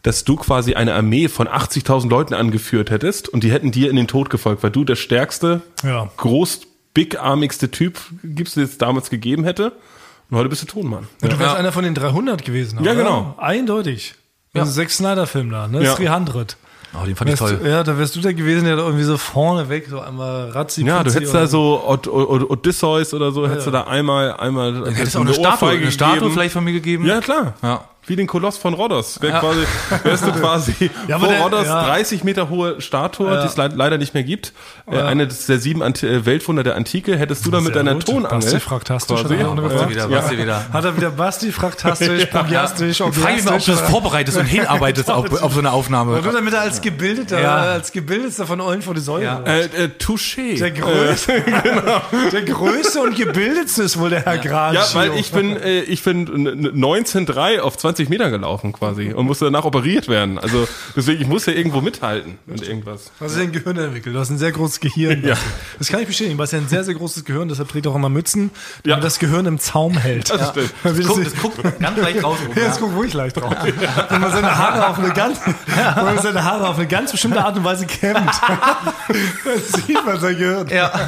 dass du quasi eine Armee von achtzigtausend Leuten angeführt hättest und die hätten dir in den Tod gefolgt, weil du der stärkste,
Ja.
groß, big-armigste Typ gibst, den es damals gegeben hätte. Und heute bist du Tonmann.
Ja, du wärst
Ja.
einer von den dreihundert gewesen.
Ja,
oder?
genau.
Eindeutig.
Ja.
Ja. Zack Snyder-Film da, ne?
Ja.
dreihundert.
Oh, den fand ich
Wärst
toll.
du, ja, da wärst du der gewesen, der da irgendwie so vorne weg, so einmal ratzi
Ja, du hättest da so Od Od Odysseus oder so, hättest
ja.
du da einmal, einmal
Du hättest auch eine Statue, eine Statue vielleicht von mir gegeben.
Ja, klar.
Ja.
Wie den Koloss von Rhodos. Wär quasi, wärst du quasi
Ja, aber
vor
der-
Rhodos
ja.
dreißig Meter hohe Statue,
Ja.
die es le leider nicht mehr gibt. Äh, eine der sieben Anti äh, Weltwunder der Antike. Hättest du da mit
Sehr
deiner
gut.
Tonangel.
Basti fraktastisch,
quasi-
hat er auch noch
Basti
gefragt.
wieder, Basti wieder.
Hat er wieder Basti fraktastisch, progiastisch,
Ich frage mich mal, ob du das vorbereitest und hinarbeitest auf, auf so eine Aufnahme.
Du damit als Gebildeter,
Ja.
als Gebildetster von Eulen vor die Säule.
Ja.
Äh, äh, Touché.
Der größte, genau. der größte und gebildetste ist wohl der Herr Gracchio.
Ja, weil ich bin, äh, ich bin neunzehn drei auf zwanzig Meter gelaufen quasi und musste danach operiert werden. Also deswegen, ich muss ja irgendwo mithalten und irgendwas.
Du hast ja ein Gehirn entwickelt. Du hast ein sehr großes Gehirn.
Ja.
Das kann ich bestätigen. Du hast ja ein sehr, sehr großes Gehirn. Deshalb trägt er auch immer Mützen, damit
Ja.
das Gehirn im Zaum hält.
Das stimmt.
Wie das-
Guck, das guckt ganz leicht raus.
Ja, jetzt guck ruhig leicht drauf. Wenn man seine Haare auf eine ganz, wenn man seine Haare auf eine ganz bestimmte Art und Weise kämmt, dann sieht man sein Gehirn.
Ja.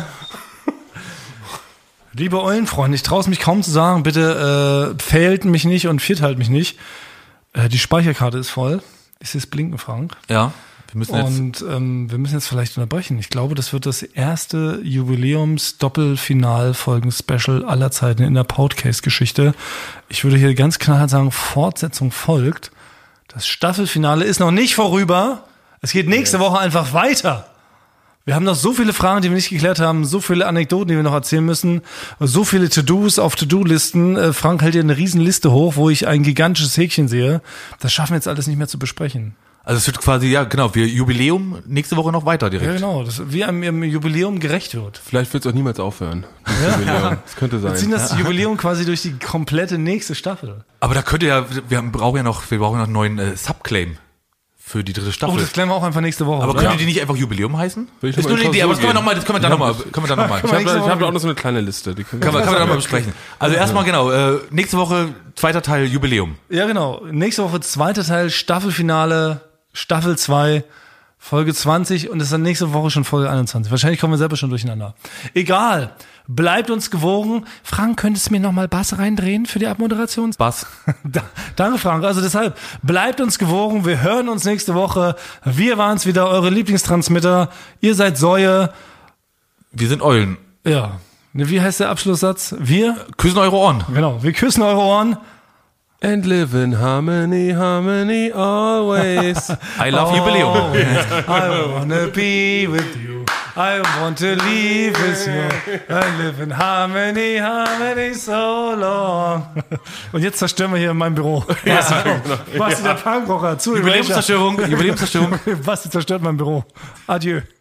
Liebe Eulenfreunde, ich traue es mich kaum zu sagen, bitte äh, failt mich nicht und vierteilt mich nicht. Äh, die Speicherkarte ist voll. Ich sehe es blinken, Frank.
Ja. Wir müssen jetzt.
Und ähm, wir müssen jetzt vielleicht unterbrechen. Ich glaube, das wird das erste Jubiläums-Doppelfinal-Folgen-Special aller Zeiten in der Podcast-Geschichte. Ich würde hier ganz knallhart sagen, Fortsetzung folgt. Das Staffelfinale ist noch nicht vorüber. Es geht nächste Woche einfach weiter. Wir haben noch so viele Fragen, die wir nicht geklärt haben, so viele Anekdoten, die wir noch erzählen müssen, so viele To-Dos auf To-Do-Listen. Äh, Frank hält hier eine riesen Liste hoch, wo ich ein gigantisches Häkchen sehe. Das schaffen wir jetzt alles nicht mehr zu besprechen.
Also es wird quasi, ja genau, wir Jubiläum nächste Woche noch weiter direkt.
Ja, genau, das, wie einem im Jubiläum gerecht wird.
Vielleicht wird es auch niemals aufhören. Das Jubiläum. Das könnte
Wir ziehen
sein.
das Jubiläum quasi durch die komplette nächste Staffel.
Aber da könnte ja, wir haben- brauchen ja noch, wir brauchen noch einen neuen äh, Subclaim für die dritte
Oh,
Staffel.
das klären wir auch einfach nächste Woche.
aber
oder?
könnte die nicht einfach Jubiläum heißen?
Will ich
Ist
mal
nur
in
eine Idee, aber das können wir
Klausur
noch mal, das können wir dann noch mal, können wir dann noch mal,
Ich
können
habe ich hab auch noch so eine kleine Liste. Die können
wir, können wir dann noch mal besprechen. Also erstmal genau, äh, nächste Woche zweiter Teil Jubiläum.
Ja, genau. Nächste Woche zweiter Teil, Staffelfinale, Staffel zwei, Folge zwanzig und das ist dann nächste Woche schon Folge einundzwanzig. Wahrscheinlich kommen wir selber schon durcheinander. Egal. Bleibt uns gewogen. Frank, könntest du mir nochmal Bass reindrehen für die Abmoderation?
Bass.
Da, danke, Frank. Also deshalb, bleibt uns gewogen. Wir hören uns nächste Woche. Wir waren es wieder, eure Lieblingstransmitter. Ihr seid Säue.
Wir sind Eulen.
Ja. Ne, wie heißt der Abschlusssatz? Wir?
Küssen eure Ohren.
Genau. Wir küssen eure Ohren.
And live in harmony, harmony always.
I love Jubiläum.
I wanna be with you. I want to leave with you. I live in harmony, harmony so long. Und jetzt zerstören wir hier mein Büro. Basti, komm. Basti der Punkrocker. Zu
Jubiläumszerstörung. Jubiläumszerstörung.
Basti zerstört mein Büro. Adieu.